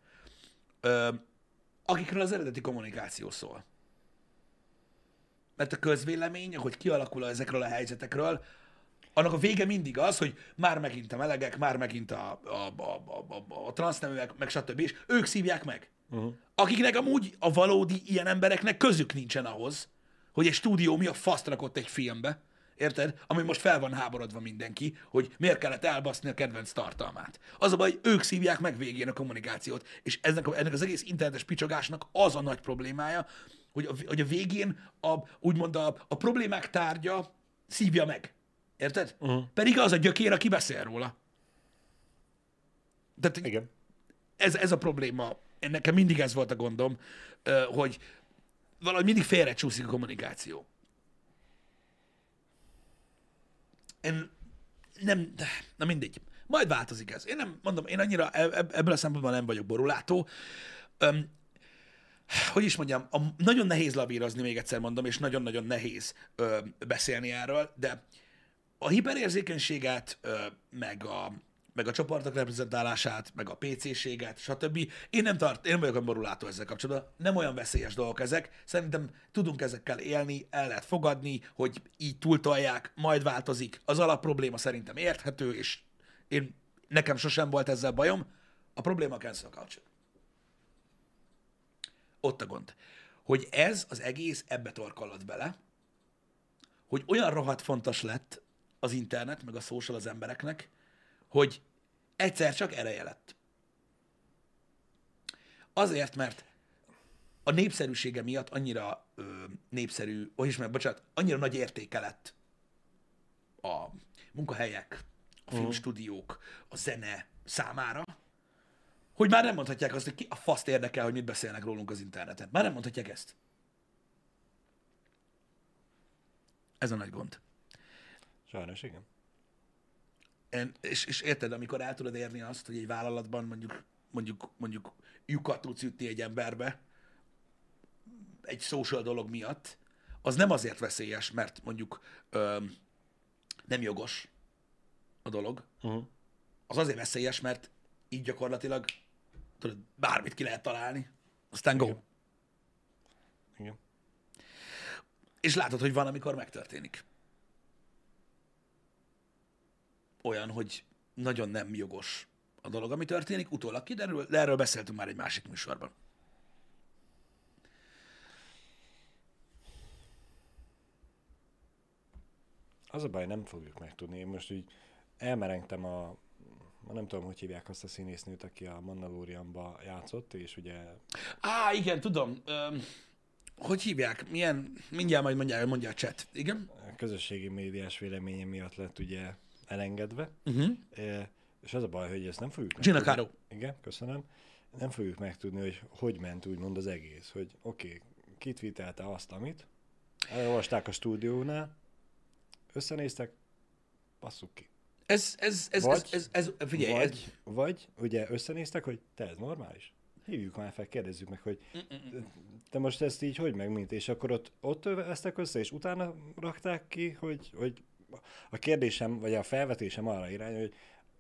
A: akikről az eredeti kommunikáció szól. Mert a közvélemény, hogy kialakul ezekről a helyzetekről, annak a vége mindig az, hogy már megint a melegek, már megint a transzneműek, meg stb. És ők szívják meg. Uh-huh. Akiknek amúgy a valódi ilyen embereknek közük nincsen ahhoz, hogy egy stúdió mi a faszt rakott egy filmbe, érted? Ami most fel van háborodva mindenki, hogy miért kellett elbaszni a kedvenc tartalmát. Az a baj, hogy ők szívják meg végén a kommunikációt, és ennek az egész internetes picsogásnak az a nagy problémája, hogy a végén úgymond a problémák tárgya szívja meg. Érted? Uh-huh. Pedig az a gyökér, aki beszél róla. Tehát igen. Ez a probléma. Nekem mindig ez volt a gondom, hogy valahogy mindig félrecsúszik a kommunikáció. Na mindegy. Majd változik ez. Én nem mondom, én annyira ebből a szempontból nem vagyok borulátó. Hogy is mondjam, nagyon nehéz lavírozni, még egyszer mondom, és nagyon-nagyon nehéz beszélni erről, de a hiperérzékenységet, meg meg a csoportok reprezentálását, meg a PC-séget, stb. Én nem vagyok a borulátó ezzel kapcsolatban, nem olyan veszélyes dolgok ezek. Szerintem tudunk ezekkel élni, el lehet fogadni, hogy így túltolják, majd változik. Az alapprobléma szerintem érthető, és nekem sosem volt ezzel bajom. A probléma a cancel culture. Ott a gond. Hogy ez az egész ebbe torkollott bele, hogy olyan rohadt fontos lett az internet, meg a social az embereknek, hogy egyszer csak ereje lett. Azért, mert a népszerűsége miatt annyira népszerű, annyira nagy értéke lett a munkahelyek, a filmstúdiók, a zene számára, hogy már nem mondhatják azt, hogy ki a faszt érdekel, hogy mit beszélnek rólunk az interneten. Már nem mondhatják ezt. Ez a nagy gond.
B: Sajnos, igen.
A: És érted, amikor el tudod érni azt, hogy egy vállalatban mondjuk lyukat tudsz ütni egy emberbe egy social dolog miatt, az nem azért veszélyes, mert mondjuk nem jogos a dolog. Az azért veszélyes, mert így gyakorlatilag tudod, bármit ki lehet találni. Aztán go.
B: Igen. Igen.
A: És látod, hogy van, amikor megtörténik. Olyan, hogy nagyon nem jogos a dolog, ami történik, utólag kiderül, de erről beszéltünk már egy másik műsorban.
B: Az a baj, nem fogjuk megtudni. Én most így elmerengtem nem tudom, hogy hívják azt a színésznőt, aki a Mandalorianba játszott, és ugye...
A: Igen, tudom. Hogy hívják? Mindjárt majd mondja a chat. Igen?
B: A közösségi médiás véleménye miatt lett ugye elengedve. És az a baj, hogy ezt nem fogjuk
A: megtudni. Gina Carano.
B: Igen, köszönöm. Nem fogjuk megtudni, hogy ment úgymond az egész, hogy oké, kitvítelte azt, amit, elolvasták a stúdiónál, összenéztek, passzuk ki.
A: Figyelj,
B: vagy ugye összenéztek, hogy te ez normális? Hívjuk már fel, kérdezzük meg, hogy te most ezt így hogy meg mint, és akkor ott vesztek össze, és utána rakták ki, hogy a kérdésem, vagy a felvetésem arra irány, hogy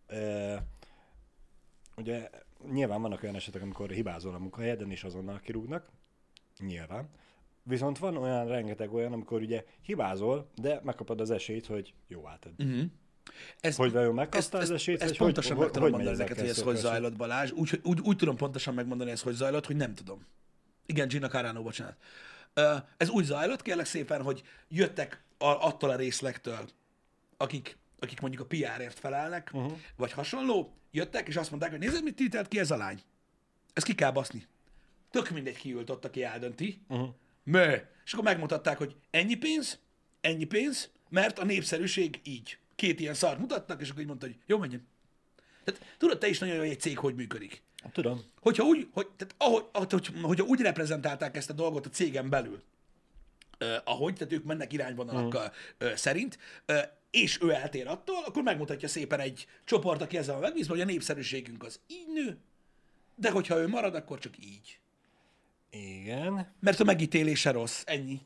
B: ugye nyilván vannak olyan esetek, amikor hibázol a munkahelyeden, és azonnal kirúgnak, nyilván. Viszont van rengeteg olyan, amikor ugye hibázol, de megkapod az esélyt, hogy jó átad. Hogy vajon megkaptál az esélyt,
A: vagy pontosan meg tudom mondani neked, hogy ez hogy zajlott, Balázs. Úgy tudom pontosan megmondani, ez hogy zajlott, hogy nem tudom. Igen, Gina Carano, bocsánat. Ez úgy zajlott, kérlek szépen, hogy jöttek attól a részlektől, akik mondjuk a PR-ért felelnek, vagy hasonló, jöttek, és azt mondták, hogy nézd, mit titelt ki ez a lány. Ezt ki kell baszni. Tök mindegy kiült ott, aki eldönti. És akkor megmutatták, hogy ennyi pénz, mert a népszerűség így. 2 ilyen szart mutattak, és akkor így mondta, hogy jó, menjen. Tehát tudod te is nagyon jó, hogy egy cég hogy működik.
B: Tudom.
A: Hogyha úgy reprezentálták ezt a dolgot a cégen belül, tehát ők mennek irányvonalakkal szerint, és ő eltér attól, akkor megmutatja szépen egy csoport, aki ezzel megbízva, hogy a népszerűségünk az így nő, de hogyha ő marad, akkor csak így.
B: Igen.
A: Mert a megítélése rossz, ennyi.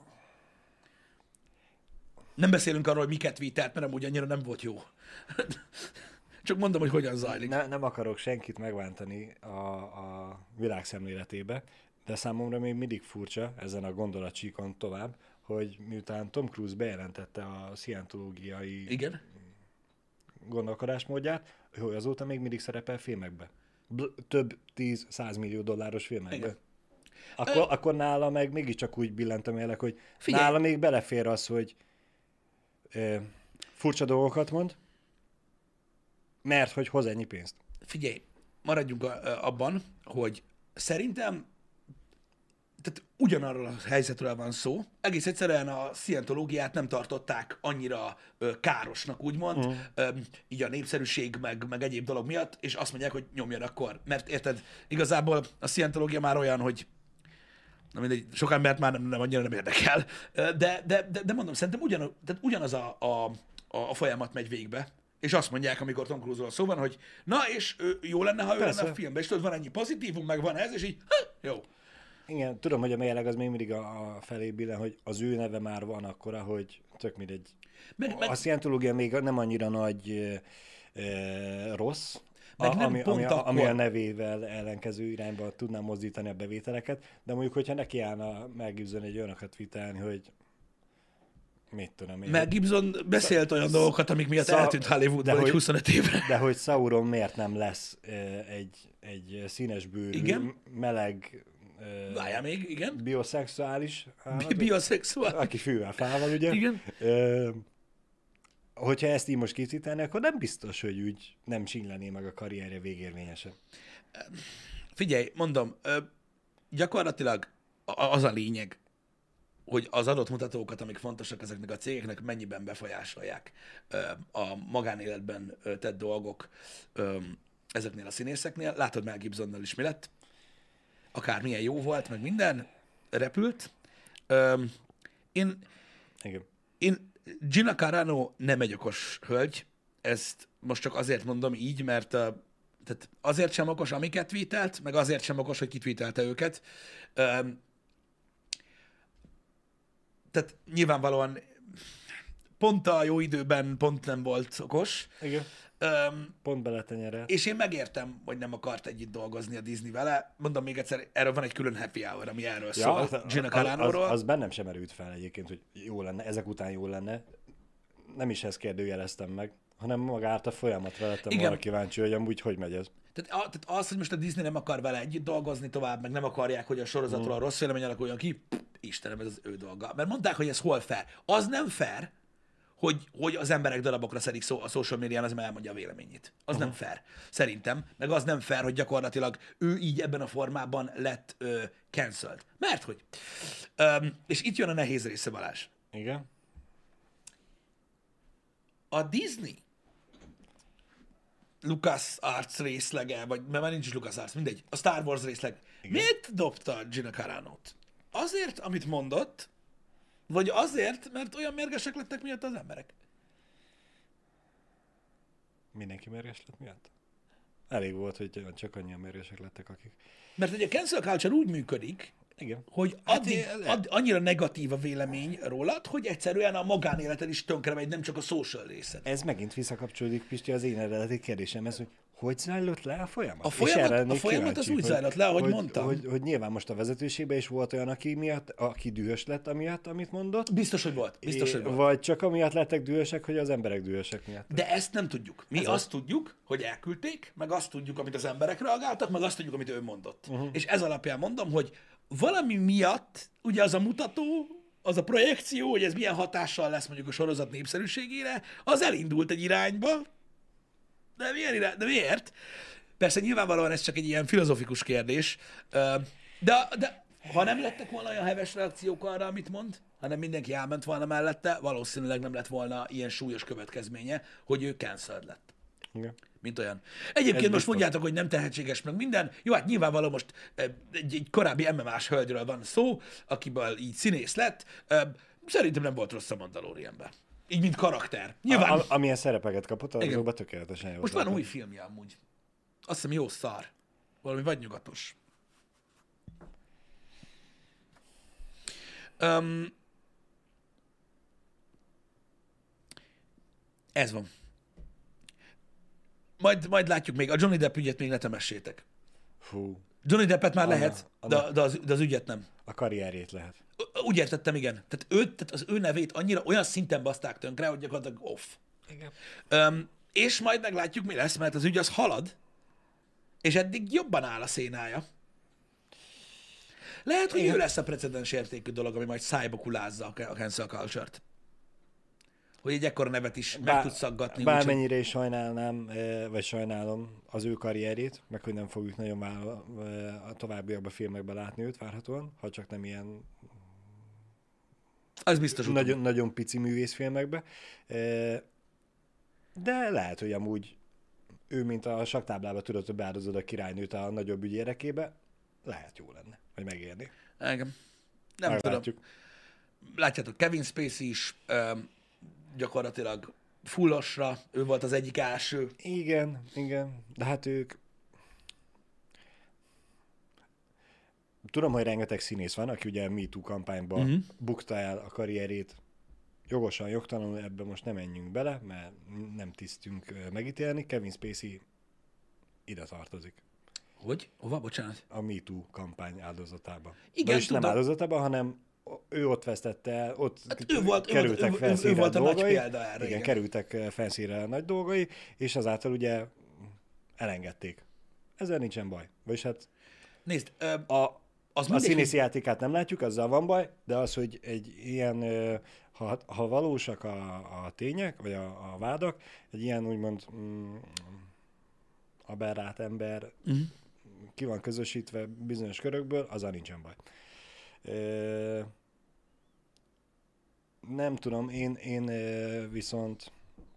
A: Nem beszélünk arról, hogy miket vitelt, mert amúgy annyira nem volt jó. Csak mondom, hogy hogyan zajlik.
B: Nem akarok senkit megvántani a világ szemléletébe, de számomra még mindig furcsa ezen a gondolatcsíkon tovább, hogy miután Tom Cruise bejelentette a szientológiai gondolkodásmódját, hogy azóta még mindig szerepel filmekbe. Több 10-100 millió dolláros filmekbe. Akkor nála meg mégiscsak úgy billentem élek, hogy figyelj, nála még belefér az, hogy furcsa dolgokat mond, mert hogy hoz ennyi pénzt.
A: Figyelj, maradjunk abban, hogy szerintem tehát ugyanarról a helyzetről van szó. Egész egyszerűen a szientológiát nem tartották annyira károsnak, úgymond, így a népszerűség, meg egyéb dolog miatt, és azt mondják, hogy nyomjon akkor. Mert érted, igazából a szientológia már olyan, hogy na mindegy, sok embert már nem annyira nem érdekel, de mondom, szerintem ugyanaz a folyamat megy végbe, és azt mondják, amikor Tom Cruise-ról szó van, hogy na, és jó lenne, ha ő lenne a filmben, és tudod, van ennyi pozitívum, meg van ez, és így, jó.
B: Igen, tudom, hogy a mérleg az még mindig a felé billen, hogy az ő neve már van akkora, hogy tök mindegy. A szientológia még nem annyira nagy rossz,
A: Meg nem pont
B: ami a
A: akkor.
B: nevével ellenkező irányba tudná mozdítani a bevételeket, de mondjuk, hogyha neki állna Mel Gibson egy olyanokat vitelni, hogy mit tudom én,
A: Mel Gibson beszélt olyan dolgokat, amik miatt eltűnt Hollywoodból egy 25 évre.
B: de hogy Sauron miért nem lesz egy színes bőrű,
A: Igen.
B: meleg,
A: Várjál még, igen.
B: bioszexuális állat,
A: Bioszexuál.
B: aki fűvel fával, ugye?
A: Igen.
B: Hogyha ezt így most készíteni, akkor nem biztos, hogy úgy nem csinglené meg a karrierje végérvényesen.
A: Figyelj, mondom, gyakorlatilag az a lényeg, hogy az adott mutatókat, amik fontosak ezeknek a cégeknek, mennyiben befolyásolják a magánéletben tett dolgok ezeknél a színészeknél. Látod Mel Gibsonnal is mi lett. Akár milyen jó volt, meg minden, repült. Én
B: Igen.
A: Gina Carano nem egy okos hölgy, ezt most csak azért mondom így, mert tehát azért sem okos, amiket tweetelt, meg azért sem okos, hogy kitweetelte őket. Tehát nyilvánvalóan pont a jó időben pont nem volt okos.
B: Igen. Pont beletenyere.
A: És én megértem, hogy nem akart együtt dolgozni a Disney vele. Mondom még egyszer, erről van egy külön happy hour, ami erről szól, Gina Carano-ról.
B: Az bennem sem erült fel egyébként, hogy jó lenne, ezek után jó lenne. Nem is ezt kérdőjeleztem meg, hanem magát a folyamatra lettem volna kíváncsi, hogy amúgy hogy megy ez.
A: Tehát az, hogy most a Disney nem akar vele együtt dolgozni tovább, meg nem akarják, hogy a sorozatról rossz vélemény alakuljon ki, Istenem, ez az ő dolga. Mert mondták, hogy ez hol fair. Az nem fair, hogy az emberek darabokra szedik a social médián, az elmondja a véleményét. Az nem fair. Szerintem. Meg az nem fair, hogy gyakorlatilag ő így ebben a formában lett cancelled. Mert hogy? És itt jön a nehéz része, Balázs.
B: Igen?
A: A Disney Lucas Arts részlege, vagy mert már nincs is Lucas Arts, mindegy, a Star Wars részleg. Igen. Miért dobta Gina Carano-t? Azért, amit mondott, vagy azért, mert olyan mérgesek lettek miatt az emberek?
B: Mindenki mérges lett miatt? Elég volt, hogy csak annyian mérgesek lettek, akik...
A: Mert ugye a cancel culture úgy működik,
B: igen.
A: hogy annyira negatív a vélemény rólad, hogy egyszerűen a magánéleted is tönkre megy, nem csak a social részed.
B: Ez megint visszakapcsolódik, Pisti, az én eredeti kérdésemhez, hogy zajlott le a folyamat?
A: A folyamat az úgy zajlott le, ahogy mondtam.
B: Hogy nyilván most a vezetőségben is volt olyan, aki dühös lett amiatt, amit mondott.
A: Biztos, hogy volt.
B: Vagy csak amiatt lettek dühösek, hogy az emberek dühösek miatt.
A: De ezt nem tudjuk. Mi azt tudjuk, hogy elküldték, meg azt tudjuk, amit az emberek reagáltak, meg azt tudjuk, amit ő mondott. És ez alapján mondom, hogy valami miatt, ugye az a mutató, az a projekció, hogy ez milyen hatással lesz mondjuk a sorozat népszerűségére, az elindult egy irányba. De milyen irány? De miért? Persze nyilvánvalóan ez csak egy ilyen filozofikus kérdés, de ha nem lettek volna olyan heves reakciók arra, amit mond, hanem mindenki elment volna mellette, valószínűleg nem lett volna ilyen súlyos következménye, hogy ő cancelled lett.
B: Igen.
A: Mint olyan. Egyébként most mondjátok, hogy nem tehetséges meg minden. Jó, hát nyilvánvaló most egy korábbi MMA-s hölgyről van szó, akiből így színész lett. Szerintem nem volt rossz a Mandalorianben. Így, mint karakter. Nyilván...
B: Amilyen szerepeket kapott, azokban tökéletesen jó.
A: Most van új filmje amúgy. Azt hiszem jó szar. Valami vagy nyugatos. Ez van. Majd látjuk még. A Johnny Depp ügyet még ne temessétek.
B: Fú.
A: Johnny Deppet már lehet, de az ügyet nem.
B: A karrierjét lehet.
A: Úgy értettem, igen. Tehát az ő nevét annyira olyan szinten baszták tönkre, hogy gyakorlatilag off.
B: Igen.
A: És majd meglátjuk, mi lesz, mert az ügy az halad, és eddig jobban áll a szénája. Lehet, hogy ő lesz a precedens értékű dolog, ami majd szájba kulázza a cancel culture-t. Hogy egy ekkora nevet is meg tudsz szaggatni.
B: Bármennyire is sajnálnám, vagy sajnálom az ő karrierét, meg hogy nem fogjuk nagyon a továbbiakban filmekben látni őt várhatóan, ha csak nem ilyen
A: az biztos
B: nagyon pici művészfilmekbe. De lehet, hogy amúgy ő, mint a saktáblába tudod, hogy beáldozod a királynőt a nagyobb ügy érdekébe, lehet jó lenne, hogy megérni.
A: Igen. Nem tudom. Látjátok, Kevin Spacey is gyakorlatilag fullosra, ő volt az egyik első.
B: Igen, de hát ők... Tudom, hogy rengeteg színész van, aki ugye a MeToo kampányban bukta el a karrierét jogosan, jogtalanul ebbe most nem menjünk bele, mert nem tisztünk megítélni. Kevin Spacey ide tartozik.
A: Hogy? Hova? Bocsánat.
B: A MeToo kampány áldozatába.
A: Igen,
B: Vagyis
A: tudom.
B: nem áldozatában, hanem ő ott vesztette el, ott
A: Hát ő volt
B: felszínre
A: a nagy
B: dolgai.
A: példa erre.
B: Igen, kerültek felszínre nagy dolgai, és azáltal ugye elengedték. Ezzel nincsen baj. Vagyis hát
A: Nézd,
B: a színészi játékát nem látjuk, azzal van baj, de az, hogy egy ilyen, ha valósak a tények, vagy a vádak, egy ilyen úgymond aberrált ember ki van közösítve bizonyos körökből, azzal nincsen baj. Nem tudom, én viszont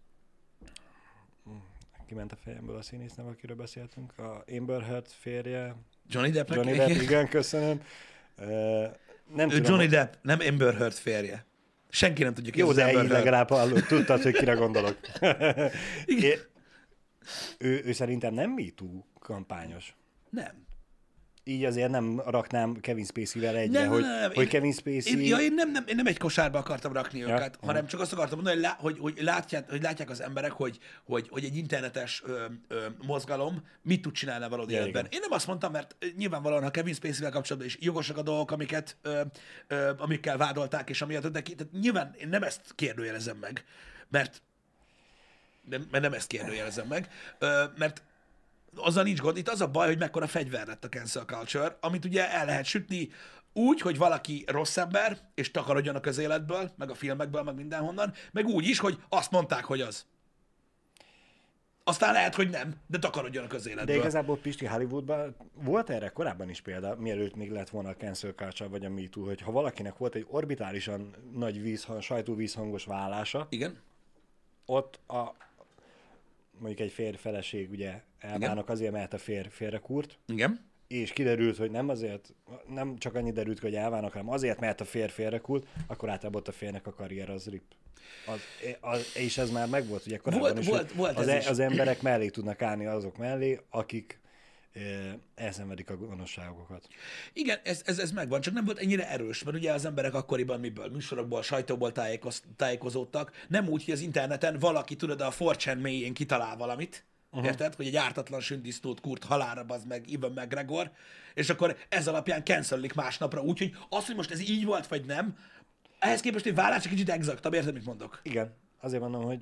B: kiment a fejemből a színész neve, akiről beszéltünk, a Amber Heard férje.
A: Johnny Depp.
B: Igen, köszönöm. Nem
A: ő
B: tudom,
A: Johnny Depp, nem Amber Heard férje. Senki nem tudja ki
B: jó,
A: az
B: de
A: Amber
B: így
A: Heard.
B: legalább tudtad, hogy kire gondolok.
A: Igen.
B: Ő szerintem nem MeToo kampányos.
A: Nem.
B: Így azért nem raknám Kevin Spacey-vel egyre, hogy Kevin Spacey...
A: Én nem egy kosárba akartam rakni őket, hanem csak azt akartam mondani, hogy látják az emberek, hogy egy internetes mozgalom mit tud csinálni valódi életben. Én nem azt mondtam, mert nyilvánvalóan, ha Kevin Spacey-vel kapcsolatban is jogosak a dolgok, amikkel vádolták, és amiatt tehát nyilván én nem ezt kérdőjelezem meg, mert nem ezt kérdőjelezem meg, mert azzal nincs gond. Itt az a baj, hogy mekkora fegyver lett a cancel culture, amit ugye el lehet sütni úgy, hogy valaki rossz ember, és takarodjon a közéletből, meg a filmekből, meg mindenhonnan, meg úgy is, hogy azt mondták, hogy az. Aztán lehet, hogy nem, de takarodjon a közéletből.
B: De igazából Pisti, Hollywoodban volt erre korábban is példa, mielőtt még lett volna a cancel culture vagy a MeToo, hogy ha valakinek volt egy orbitálisan nagy sajtóvízhangos vállása,
A: Igen.
B: ott mondjuk egy férj-feleség ugye elválnak azért, mert a férj félrekúrt,
A: Igen.
B: és kiderült, hogy nem csak annyi derült ki, hogy elválnak, hanem azért, mert a férj félrekúrt, akkor általában ott a férnek a karrier az rip. És ez már megvolt ugye korábban is,
A: volt
B: az emberek mellé tudnak állni azok mellé, akik elszenvedik a gonoszságokat.
A: Igen, ez megvan, csak nem volt ennyire erős, mert ugye az emberek akkoriban miből? Műsorokból, sajtóból tájékozódtak, nem úgy, hogy az interneten valaki, tudod, a 4chan mélyén kitalál valamit, érted? Hogy egy ártatlan sündisznót kurt halálra, bazd meg Ewan McGregor, és akkor ez alapján cancelik másnapra, úgyhogy az, hogy most ez így volt, vagy nem, ehhez képest egy vállás egy kicsit exaktabb, érted, mit mondok?
B: Igen, azért mondom, hogy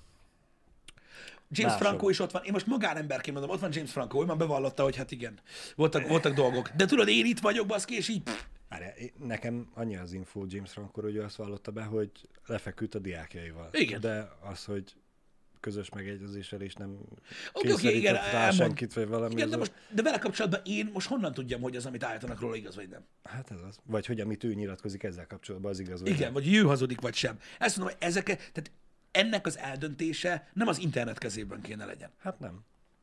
A: James Franco is ott van. Én most magánemberként mondom, ott van James Franco, ő már bevallotta, hogy hát igen, voltak dolgok. De tudod, én itt vagyok, baszki, és így...
B: Nekem annyi az info James Franco, hogy ő azt vallotta be, hogy lefeküdt a diákjaival.
A: Igen.
B: De az, hogy közös megegyezéssel és nem
A: igen,
B: rá senkit, vagy valami.
A: Igen, de vele kapcsolatban én most honnan tudjam, hogy az, amit állítanak róla, igaz, vagy nem?
B: Hát ez az. Vagy hogy amit ő nyilatkozik ezzel kapcsolatban, az igaz, vagy
A: Igen,
B: nem.
A: vagy ő hazudik, vagy sem. Ezt mondom, hogy tehát ennek az eldöntése nem az internet kezében kéne legyen.
B: Hát nem.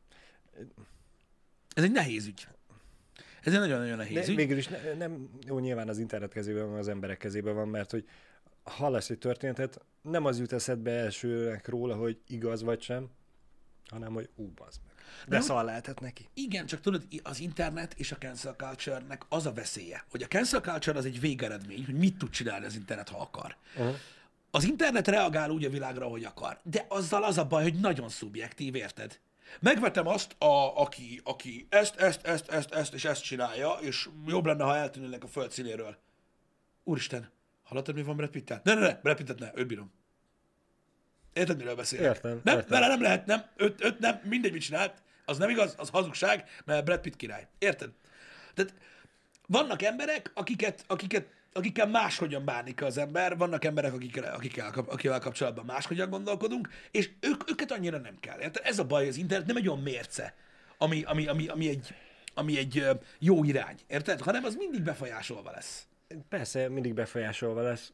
A: Ez egy nehéz ügy. Ez egy nagyon-nagyon nehéz ügy.
B: Végül is nem jó, nyilván az internet kezében van, az emberek kezében van, mert hogy ha lesz egy történetet, nem az jut eszedbe elsőnek róla, hogy igaz vagy sem, hanem hogy bazd meg. De szal lehetett neki.
A: Igen, csak tudod, az internet és a cancel culture-nek az a veszélye, hogy a cancel culture az egy végeredmény, hogy mit tud csinálni az internet, ha akar. Az internet reagál úgy a világra, ahogy akar, de azzal az a baj, hogy nagyon szubjektív, érted? Megvetem azt, aki ezt és ezt csinálja, és jobb lenne, ha eltűnnének a föld színéről. Úristen, hallottad, mi van Brad Pittel? Ne, Brad Pittet ne, őt bírom. Érted, miről beszélek?
B: Értem.
A: Vele nem lehet, nem, őt nem, mindegy, mit csinált, az nem igaz, az hazugság, mert Brad Pitt király. Érted? Tehát vannak emberek, akikkel máshogyan bánik az ember, vannak emberek, akikkel kapcsolatban máshogyan gondolkodunk, és őket annyira nem kell. Érted? Ez a baj, az internet nem egy olyan mérce, ami egy jó irány, érted? Hanem az mindig befolyásolva lesz.
B: Persze, mindig befolyásolva lesz,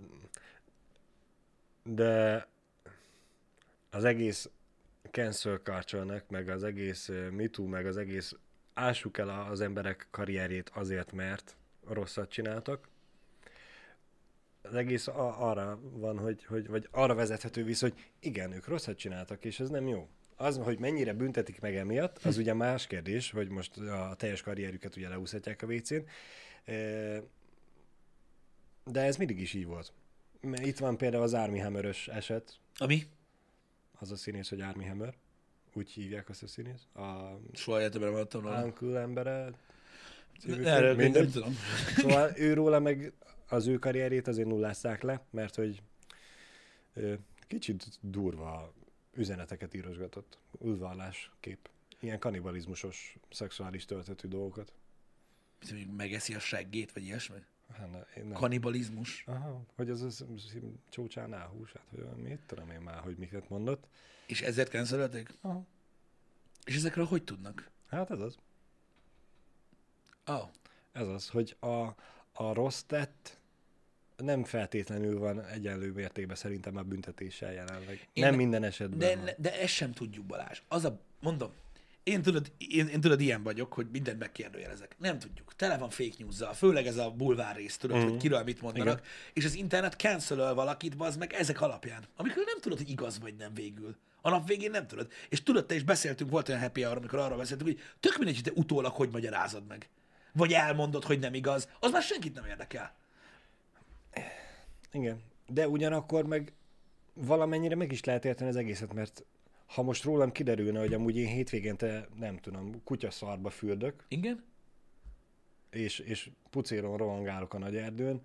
B: de az egész cancel culture-nek, meg az egész MeToo, meg az egész ássuk el az emberek karrierjét azért, mert rosszat csináltak. Az egész arra van, vagy arra vezethető vissza, hogy igen, ők rosszat csináltak, és ez nem jó. Az, hogy mennyire büntetik meg emiatt, az ugye más kérdés, hogy most a teljes karrierüket ugye leúszhatják a WC-n, de ez mindig is így volt. Itt van például az Armie Hammer-ös eset.
A: Ami?
B: Az a színész, hogy Armie Hammer. Úgy hívják azt a színész. A
A: Soha életemben nem hallottam róla.
B: Uncle embere.
A: Erről még nem tudom.
B: Szóval őróla meg az ő karrierjét azért nullázták le, mert hogy kicsit durva üzeneteket írosgatott. Udvarláskép. Ilyen kannibalizmusos, szexuális töltetű dolgokat.
A: Megeszi a seggét, vagy ilyesmi?
B: Hát, én nem.
A: Kannibalizmus.
B: Aha, hogy az csócsánál húsát, hogy mit tudom én már, hogy miket mondott.
A: És ezért cancelölték?
B: Aha.
A: És ezekről hogy tudnak?
B: Hát ez az.
A: Oh.
B: Ez az, hogy a rossz tett nem feltétlenül van egyenlő mértékben szerintem a büntetéssel jelenleg. Nem minden esetben.
A: De ezt sem tudjuk, Balázs. Mondom, én tudod, ilyen vagyok, hogy mindent megkérdőjelezek. Nem tudjuk. Tele van fake news-zal, főleg ez a bulvár rész, tudod, hogy kiről mit mondanak. Igen. És az internet cancel valakit, bazd meg ezek alapján. Amikor nem tudod, hogy igaz vagy nem végül. A nap végén nem tudod. És tudod, te is beszéltünk, volt olyan happy hour, amikor arról beszéltünk, hogy tök mindegy, hogy te utólag hogy magyarázod meg. Vagy elmondod, hogy nem igaz. Az már senkit nem érdekel.
B: Igen. De ugyanakkor meg valamennyire meg is lehet érteni az egészet, mert ha most rólam kiderülne, hogy amúgy én hétvégente, nem tudom, kutyaszarba fürdök.
A: Igen?
B: És pucéron rohangálok a nagy erdőn,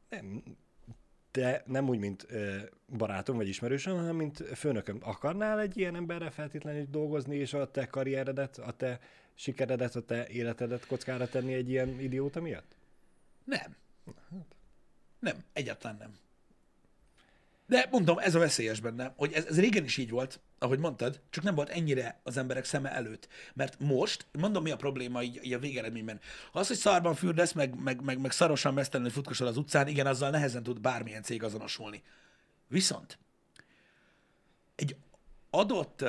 B: de nem úgy, mint barátom vagy ismerősöm, hanem mint főnököm. Akarnál egy ilyen emberrel feltétlenül dolgozni, és a te karrieredet, a te sikeredet, a te életedet kockára tenni egy ilyen idióta miatt?
A: Nem. Nem, egyáltalán nem. De mondom, ez a veszélyes benne, hogy ez régen is így volt, ahogy mondtad, csak nem volt ennyire az emberek szeme előtt. Mert most, mondom, mi a probléma így a végeredményben. Az, hogy szarban fürdesz, meg szarosan mesztelenül futkosol az utcán, igen, azzal nehezen tud bármilyen cég azonosulni. Viszont egy adott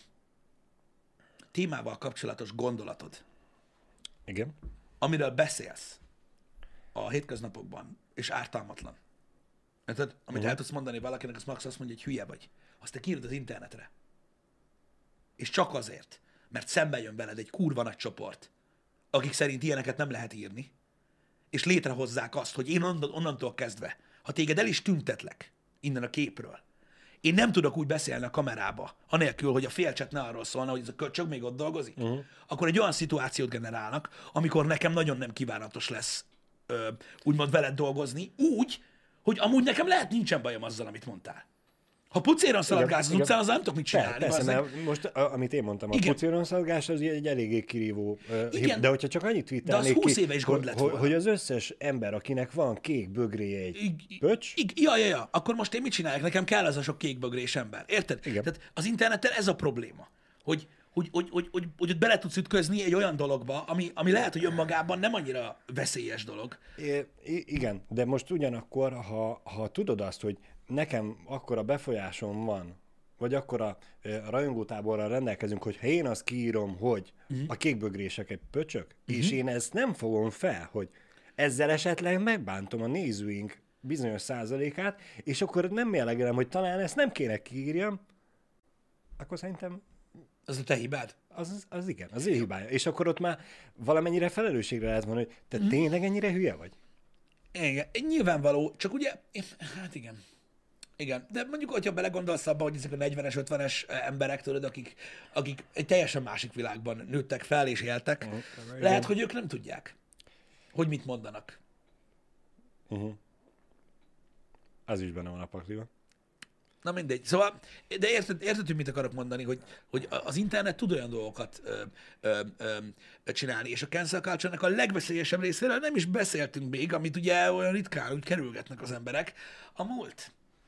A: témával kapcsolatos gondolatod,
B: Igen.
A: amiről beszélsz a hétköznapokban, és ártalmatlan. Érted? Amit el tudsz mondani valakinek, az max azt mondja, hogy hülye vagy. Azt te kiírod az internetre. És csak azért, mert szembe jön veled egy kurva nagy csoport, akik szerint ilyeneket nem lehet írni, és létrehozzák azt, hogy én onnantól kezdve, ha téged el is tüntetlek innen a képről, én nem tudok úgy beszélni a kamerába, anélkül, hogy a félcset ne arról szólna, hogy ez a köcsög még ott dolgozik, akkor egy olyan szituációt generálnak, amikor nekem nagyon nem kívánatos lesz úgymond veled dolgozni, úgy, hogy amúgy nekem lehet nincsen bajom azzal, amit mondtál. Ha pucéron szaladgálsz az utcán, az nem tudok mit csinálni.
B: Persze, mert most, amit én mondtam, a pucéron szaladgás az egy eléggé kirívó de hogyha csak annyit twittelnék
A: de az 20 éve is gond lett volna.
B: Hogy az összes ember, akinek van kék bögréje egy pöcs...
A: Ja. Akkor most én mit csinálják? Nekem kell az a sok kék bögrés ember. Érted?
B: Igen.
A: Tehát az interneten ez a probléma. Hogy ott bele tudsz ütközni egy olyan dologba, ami lehet, hogy önmagában nem annyira veszélyes dolog.
B: Igen, de most ugyanakkor, ha tudod azt, hogy nekem akkora befolyásom van, vagy akkora rajongótáborral rendelkezünk, hogy ha én azt kiírom, hogy a kékbögrések egy pöcsök, és én ezt nem fogom fel, hogy ezzel esetleg megbántom a nézőink bizonyos százalékát, és akkor nem mérlegelem, hogy talán ezt nem kéne kiírjam, akkor szerintem
A: az a te hibád?
B: Az igen, az ő hibája. És akkor ott már valamennyire felelősségre lehet mondani, hogy te tényleg ennyire hülye vagy?
A: Igen, nyilvánvaló, csak ugye, hát igen. Igen, de mondjuk, hogyha belegondolsz abba, hogy ezek a 40-es, 50-es emberek, tudod, akik egy teljesen másik világban nőttek fel és éltek, lehet, hogy ők nem tudják, hogy mit mondanak.
B: Az is benne van a pakliban.
A: Na mindegy. Szóval, de érted, hogy mit akarok mondani, hogy az internet tud olyan dolgokat csinálni, és a cancel culture-nek a legveszélyesebb részéről nem is beszéltünk még, amit ugye olyan ritkán úgy kerülgetnek az emberek, a múlt.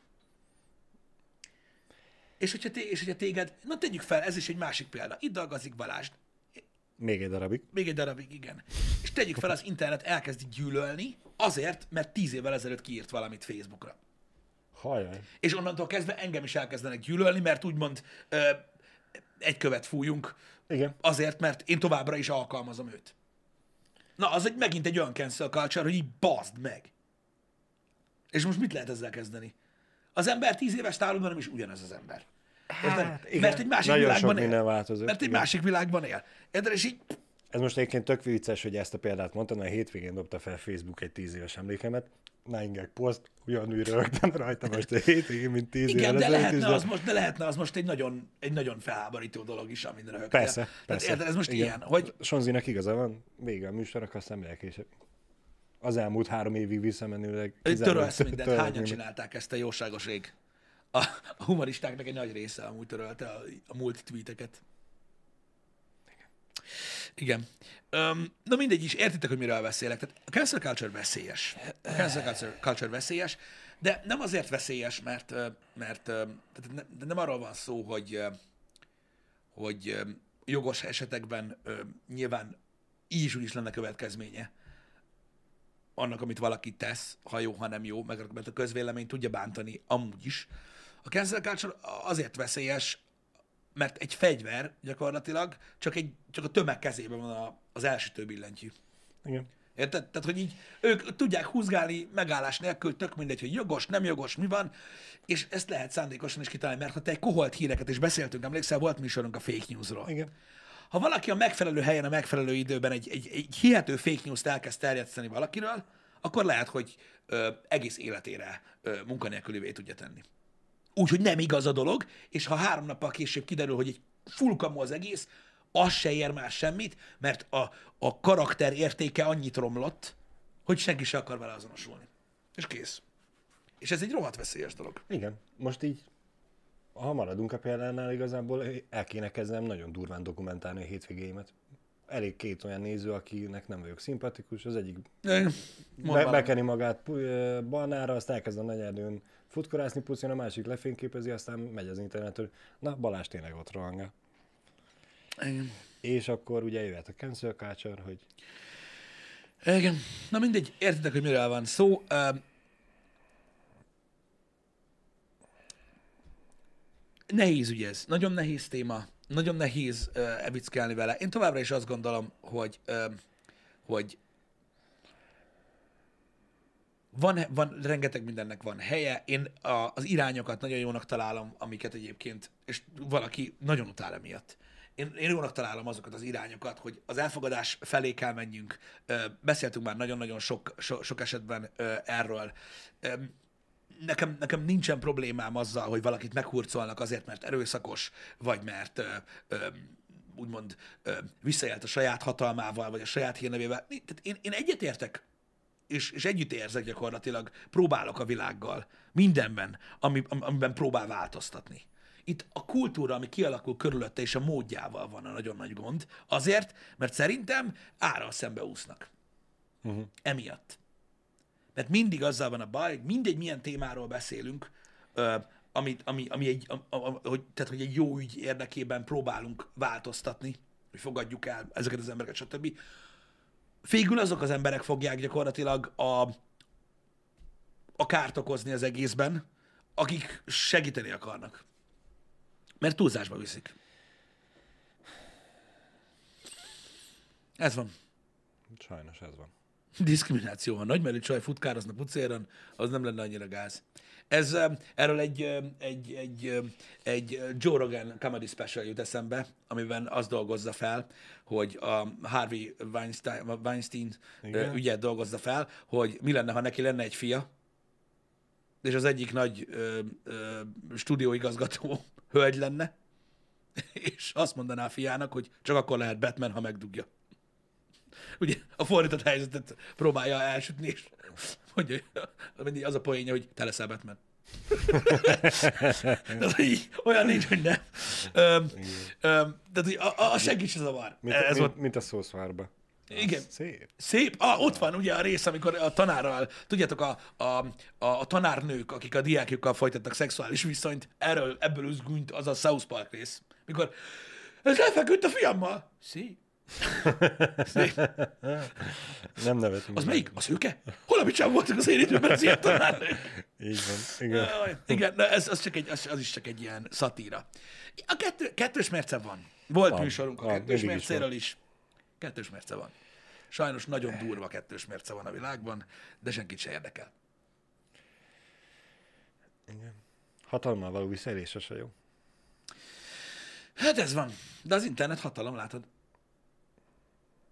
A: És hogyha téged, na tegyük fel, ez is egy másik példa. Itt dolgozik Balázs.
B: Még egy darabig,
A: igen. És tegyük fel, az internet elkezdi gyűlölni azért, mert 10 évvel ezelőtt kiírt valamit Facebookra.
B: Hajjaj.
A: És onnantól kezdve engem is elkezdenek gyűlölni, mert úgymond egy követ fújunk.
B: Igen.
A: Azért, mert én továbbra is alkalmazom őt. Na, az megint egy olyan cancel culture, hogy így bazd meg. És most mit lehet ezzel kezdeni? Az ember 10 éves távlatban nem is ugyanaz az ember.
B: Hát, igen.
A: Mert egy másik
B: nagyon
A: világban
B: sok minden
A: él.
B: változott.
A: Mert egy másik világban él. Érted? És így
B: Ez most egyébként tök vicces, hogy ezt a példát mondtad, mert hétvégén dobta fel Facebook egy 10 éves emlékemet. Nine Post, ugyanúgy rögtem rajta most a hétvégén, mint 10
A: Igen,
B: évvel ezelőtt is,
A: de lehetne az most egy nagyon felháborító dolog is, amin röhögtél.
B: Persze.
A: Tehát érted, ez most
B: Igen.
A: ilyen, hogy...
B: Sonzinak igaza van, vége a műsornak, aztán megyek később. Az elmúlt 3 évig visszamenőleg.
A: Törölsz mindent, hányan csinálták ezt a jóságos ég? A humoristáknak egy nagy része amúgy törölte a múlt tweeteket. Igen. Na mindegy is, értitek, hogy miről beszélek. Tehát a cancel culture veszélyes. A cancel culture veszélyes, de nem azért veszélyes, mert nem arról van szó, hogy jogos esetekben nyilván így is lenne következménye annak, amit valaki tesz, ha jó, ha nem jó, mert a közvélemény tudja bántani amúgy is. A cancel culture azért veszélyes, mert egy fegyver gyakorlatilag csak a tömeg kezében van az elsütő billentyű.
B: Igen.
A: Érted? Tehát, hogy így ők tudják húzgálni megállás nélkül, tök mindegy, hogy jogos, nem jogos, mi van, és ezt lehet szándékosan is kitalálni, mert ha te egy koholt híreket is beszéltünk, emlékszel, volt műsorunk a fake newsról.
B: Igen.
A: Ha valaki a megfelelő helyen, a megfelelő időben egy hihető fake news-t elkezd terjeszteni valakiről, akkor lehet, hogy egész életére munkanélkülivé tudja tenni. Úgyhogy nem igaz a dolog, és ha 3 nappal később kiderül, hogy egy full kamu az egész, az se ér már semmit, mert a karakter értéke annyit romlott, hogy senki se akar vele azonosulni. És kész. És ez egy rohadt veszélyes dolog.
B: Igen. Most így, ha maradunk a példánál, igazából el kéne kezdenem nagyon durván dokumentálni a hétvégéimet. Elég 2 olyan néző, akinek nem vagyok szimpatikus, az egyik bekeni magát balnára, azt elkezd a Nagyerdőn futkorászni puszin, a másik lefényképezi, aztán megy az internetről. Na, Balázs tényleg ott rohangál.
A: Igen.
B: És akkor ugye jöhet a cancel culture, hogy...
A: Igen. Na mindegy, értitek, hogy miről van szó. Nehéz ügy ez. Nagyon nehéz téma. Nagyon nehéz evickelni vele. Én továbbra is azt gondolom, hogy van rengeteg mindennek van helye. Én az irányokat nagyon jónak találom, amiket egyébként, és valaki nagyon utál emiatt. Én jónak találom azokat az irányokat, hogy az elfogadás felé kell menjünk. Beszéltünk már nagyon-nagyon sok esetben erről. Nekem nincsen problémám azzal, hogy valakit meghurcolnak azért, mert erőszakos, vagy mert úgymond visszaélt a saját hatalmával, vagy a saját hírnevével. Tehát én egyetértek, és együtt érzek gyakorlatilag, próbálok a világgal, mindenben, amiben próbál változtatni. Itt a kultúra, ami kialakul körülötte, és a módjával van a nagyon nagy gond, azért, mert szerintem árral szembeúsznak. Emiatt. Mert mindig azzal van a baj, hogy mindegy milyen témáról beszélünk, hogy egy jó ügy érdekében próbálunk változtatni, hogy fogadjuk el ezeket az embereket, stb. Végül azok az emberek fogják gyakorlatilag a kárt okozni az egészben, akik segíteni akarnak. Mert túlzásba viszik. Ez van.
B: Sajnos ez van.
A: Diszkrimináció. Ha nagymelű csaj futkározna pucéron, az nem lenne annyira gáz. Erről egy Joe Rogan comedy special jut eszembe, amiben azt dolgozza fel, hogy a Harvey Weinstein ügyet dolgozza fel, hogy mi lenne, ha neki lenne egy fia, és az egyik nagy stúdióigazgató hölgy lenne, és azt mondaná a fiának, hogy csak akkor lehet Batman, ha megdugja. Ugye a fordított helyzetet próbálja elsütni, és mondja, mindig az a poénja, hogy te leszel Batman. Tehát így, olyan nincs, hogy nem. Tehát a senki se zavar.
B: Mint a szószvárba.
A: Igen.
B: Szép.
A: Szép. Ott van ugye a rész, amikor a tanárral, tudjátok, a tanárnők, akik a diákjukkal folytattak szexuális viszonyt, ebből üzgünt az a South Park rész. Mikor ez lefeküdt a fiammal. Szép.
B: Nem nevetünk.
A: Az melyik? A szőke? Hol a bicsán voltak az én időben az ilyen tanárnők?
B: Így van. Igen.
A: Igen, de az is csak egy ilyen szatíra. A kettős mérce van. Volt műsorunk a kettős mércéről is. Kettős mérce van. Sajnos nagyon durva kettős mérce van a világban, de senkit se érdekel.
B: Igen. Hatalommal való visszaélése se jó.
A: Hát ez van. De az internet hatalom, látod?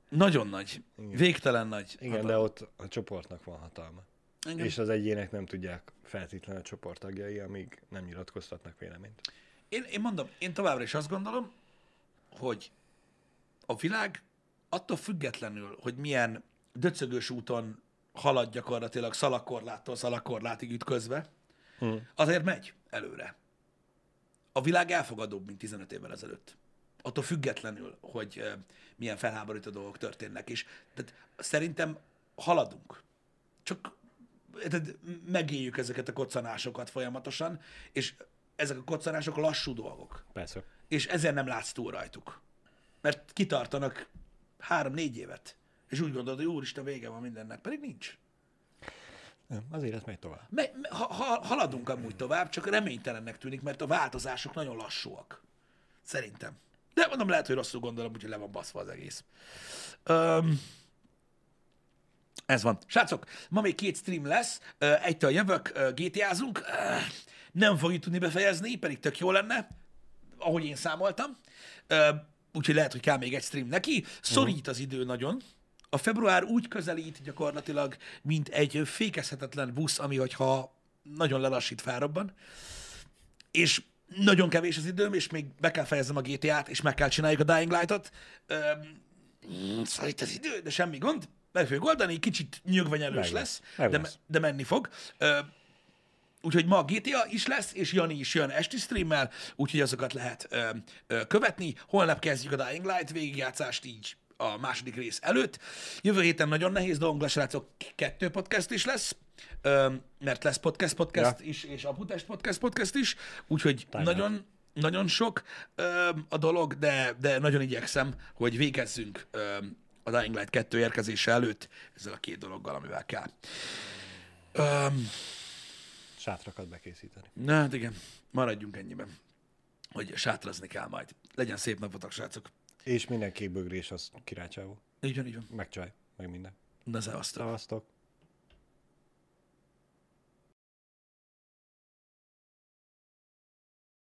A: Nagyon nagy.
B: Igen.
A: Végtelen nagy.
B: Igen, de ott a csoportnak van hatalma.
A: Igen.
B: És az egyének nem tudják feltétlenül a csoporttagjai, amíg nem nyilatkoztatnak véleményt.
A: Én mondom, én továbbra is azt gondolom, hogy a világ attól függetlenül, hogy milyen döcögös úton halad gyakorlatilag szalagkorláttól szalagkorlátig ütközve, azért megy előre. A világ elfogadóbb, mint 15 évvel ezelőtt. Attól függetlenül, hogy milyen felháborító dolgok történnek. És tehát szerintem haladunk. Csak tehát megéljük ezeket a koccanásokat folyamatosan, és ezek a koccanások lassú dolgok.
B: Persze.
A: És ezért nem látsz túl rajtuk. Mert kitartanak 3-4 évet. És úgy gondolod, hogy úristen, vége van mindennek. Pedig nincs.
B: Nem, az élet megy tovább.
A: Haladunk amúgy tovább, csak reménytelennek tűnik, mert a változások nagyon lassúak. Szerintem. De mondom, lehet, hogy rosszul gondolom, úgyhogy le van baszva az egész. Ez van. Srácok, ma még 2 stream lesz, egytől jövök, GTA-zunk, nem fogjuk tudni befejezni, pedig tök jó lenne, ahogy én számoltam, úgyhogy lehet, hogy kell még egy stream neki. Szorít az idő nagyon. A február úgy közelít gyakorlatilag, mint egy fékezhetetlen busz, ami hogyha nagyon lelassít, felrobban. És nagyon kevés az időm, és még be kell fejeznem a GTA-t, és meg kell csináljuk a Dying Light-ot. Szorít az idő, de semmi gond. Meg fogjuk oldani, kicsit nyögvenyelős lesz, de menni fog. Úgyhogy ma GTA is lesz, és Jani is jön esti streammel, úgyhogy azokat lehet követni. Holnap kezdjük a Dying Light végigjátszást így a második rész előtt. Jövő héten nagyon nehéz dolgunk lesz, srácok, 2 podcast is lesz, mert lesz podcast is, és Aputest podcast is, úgyhogy nagyon sok a dolog, de nagyon igyekszem, hogy végezzünk a Dying Light 2 érkezése előtt ezzel a 2 dologgal, amivel kell.
B: Sátrakat bekészíteni.
A: Na, hát igen, maradjunk ennyiben, hogy sátrazni kell majd. Legyen szép napotok, srácok.
B: És minden kékbögrés az királycsávó.
A: Így van, így van.
B: Meg csaj, meg minden.
A: Na, szevasztok.
B: Szevasztok.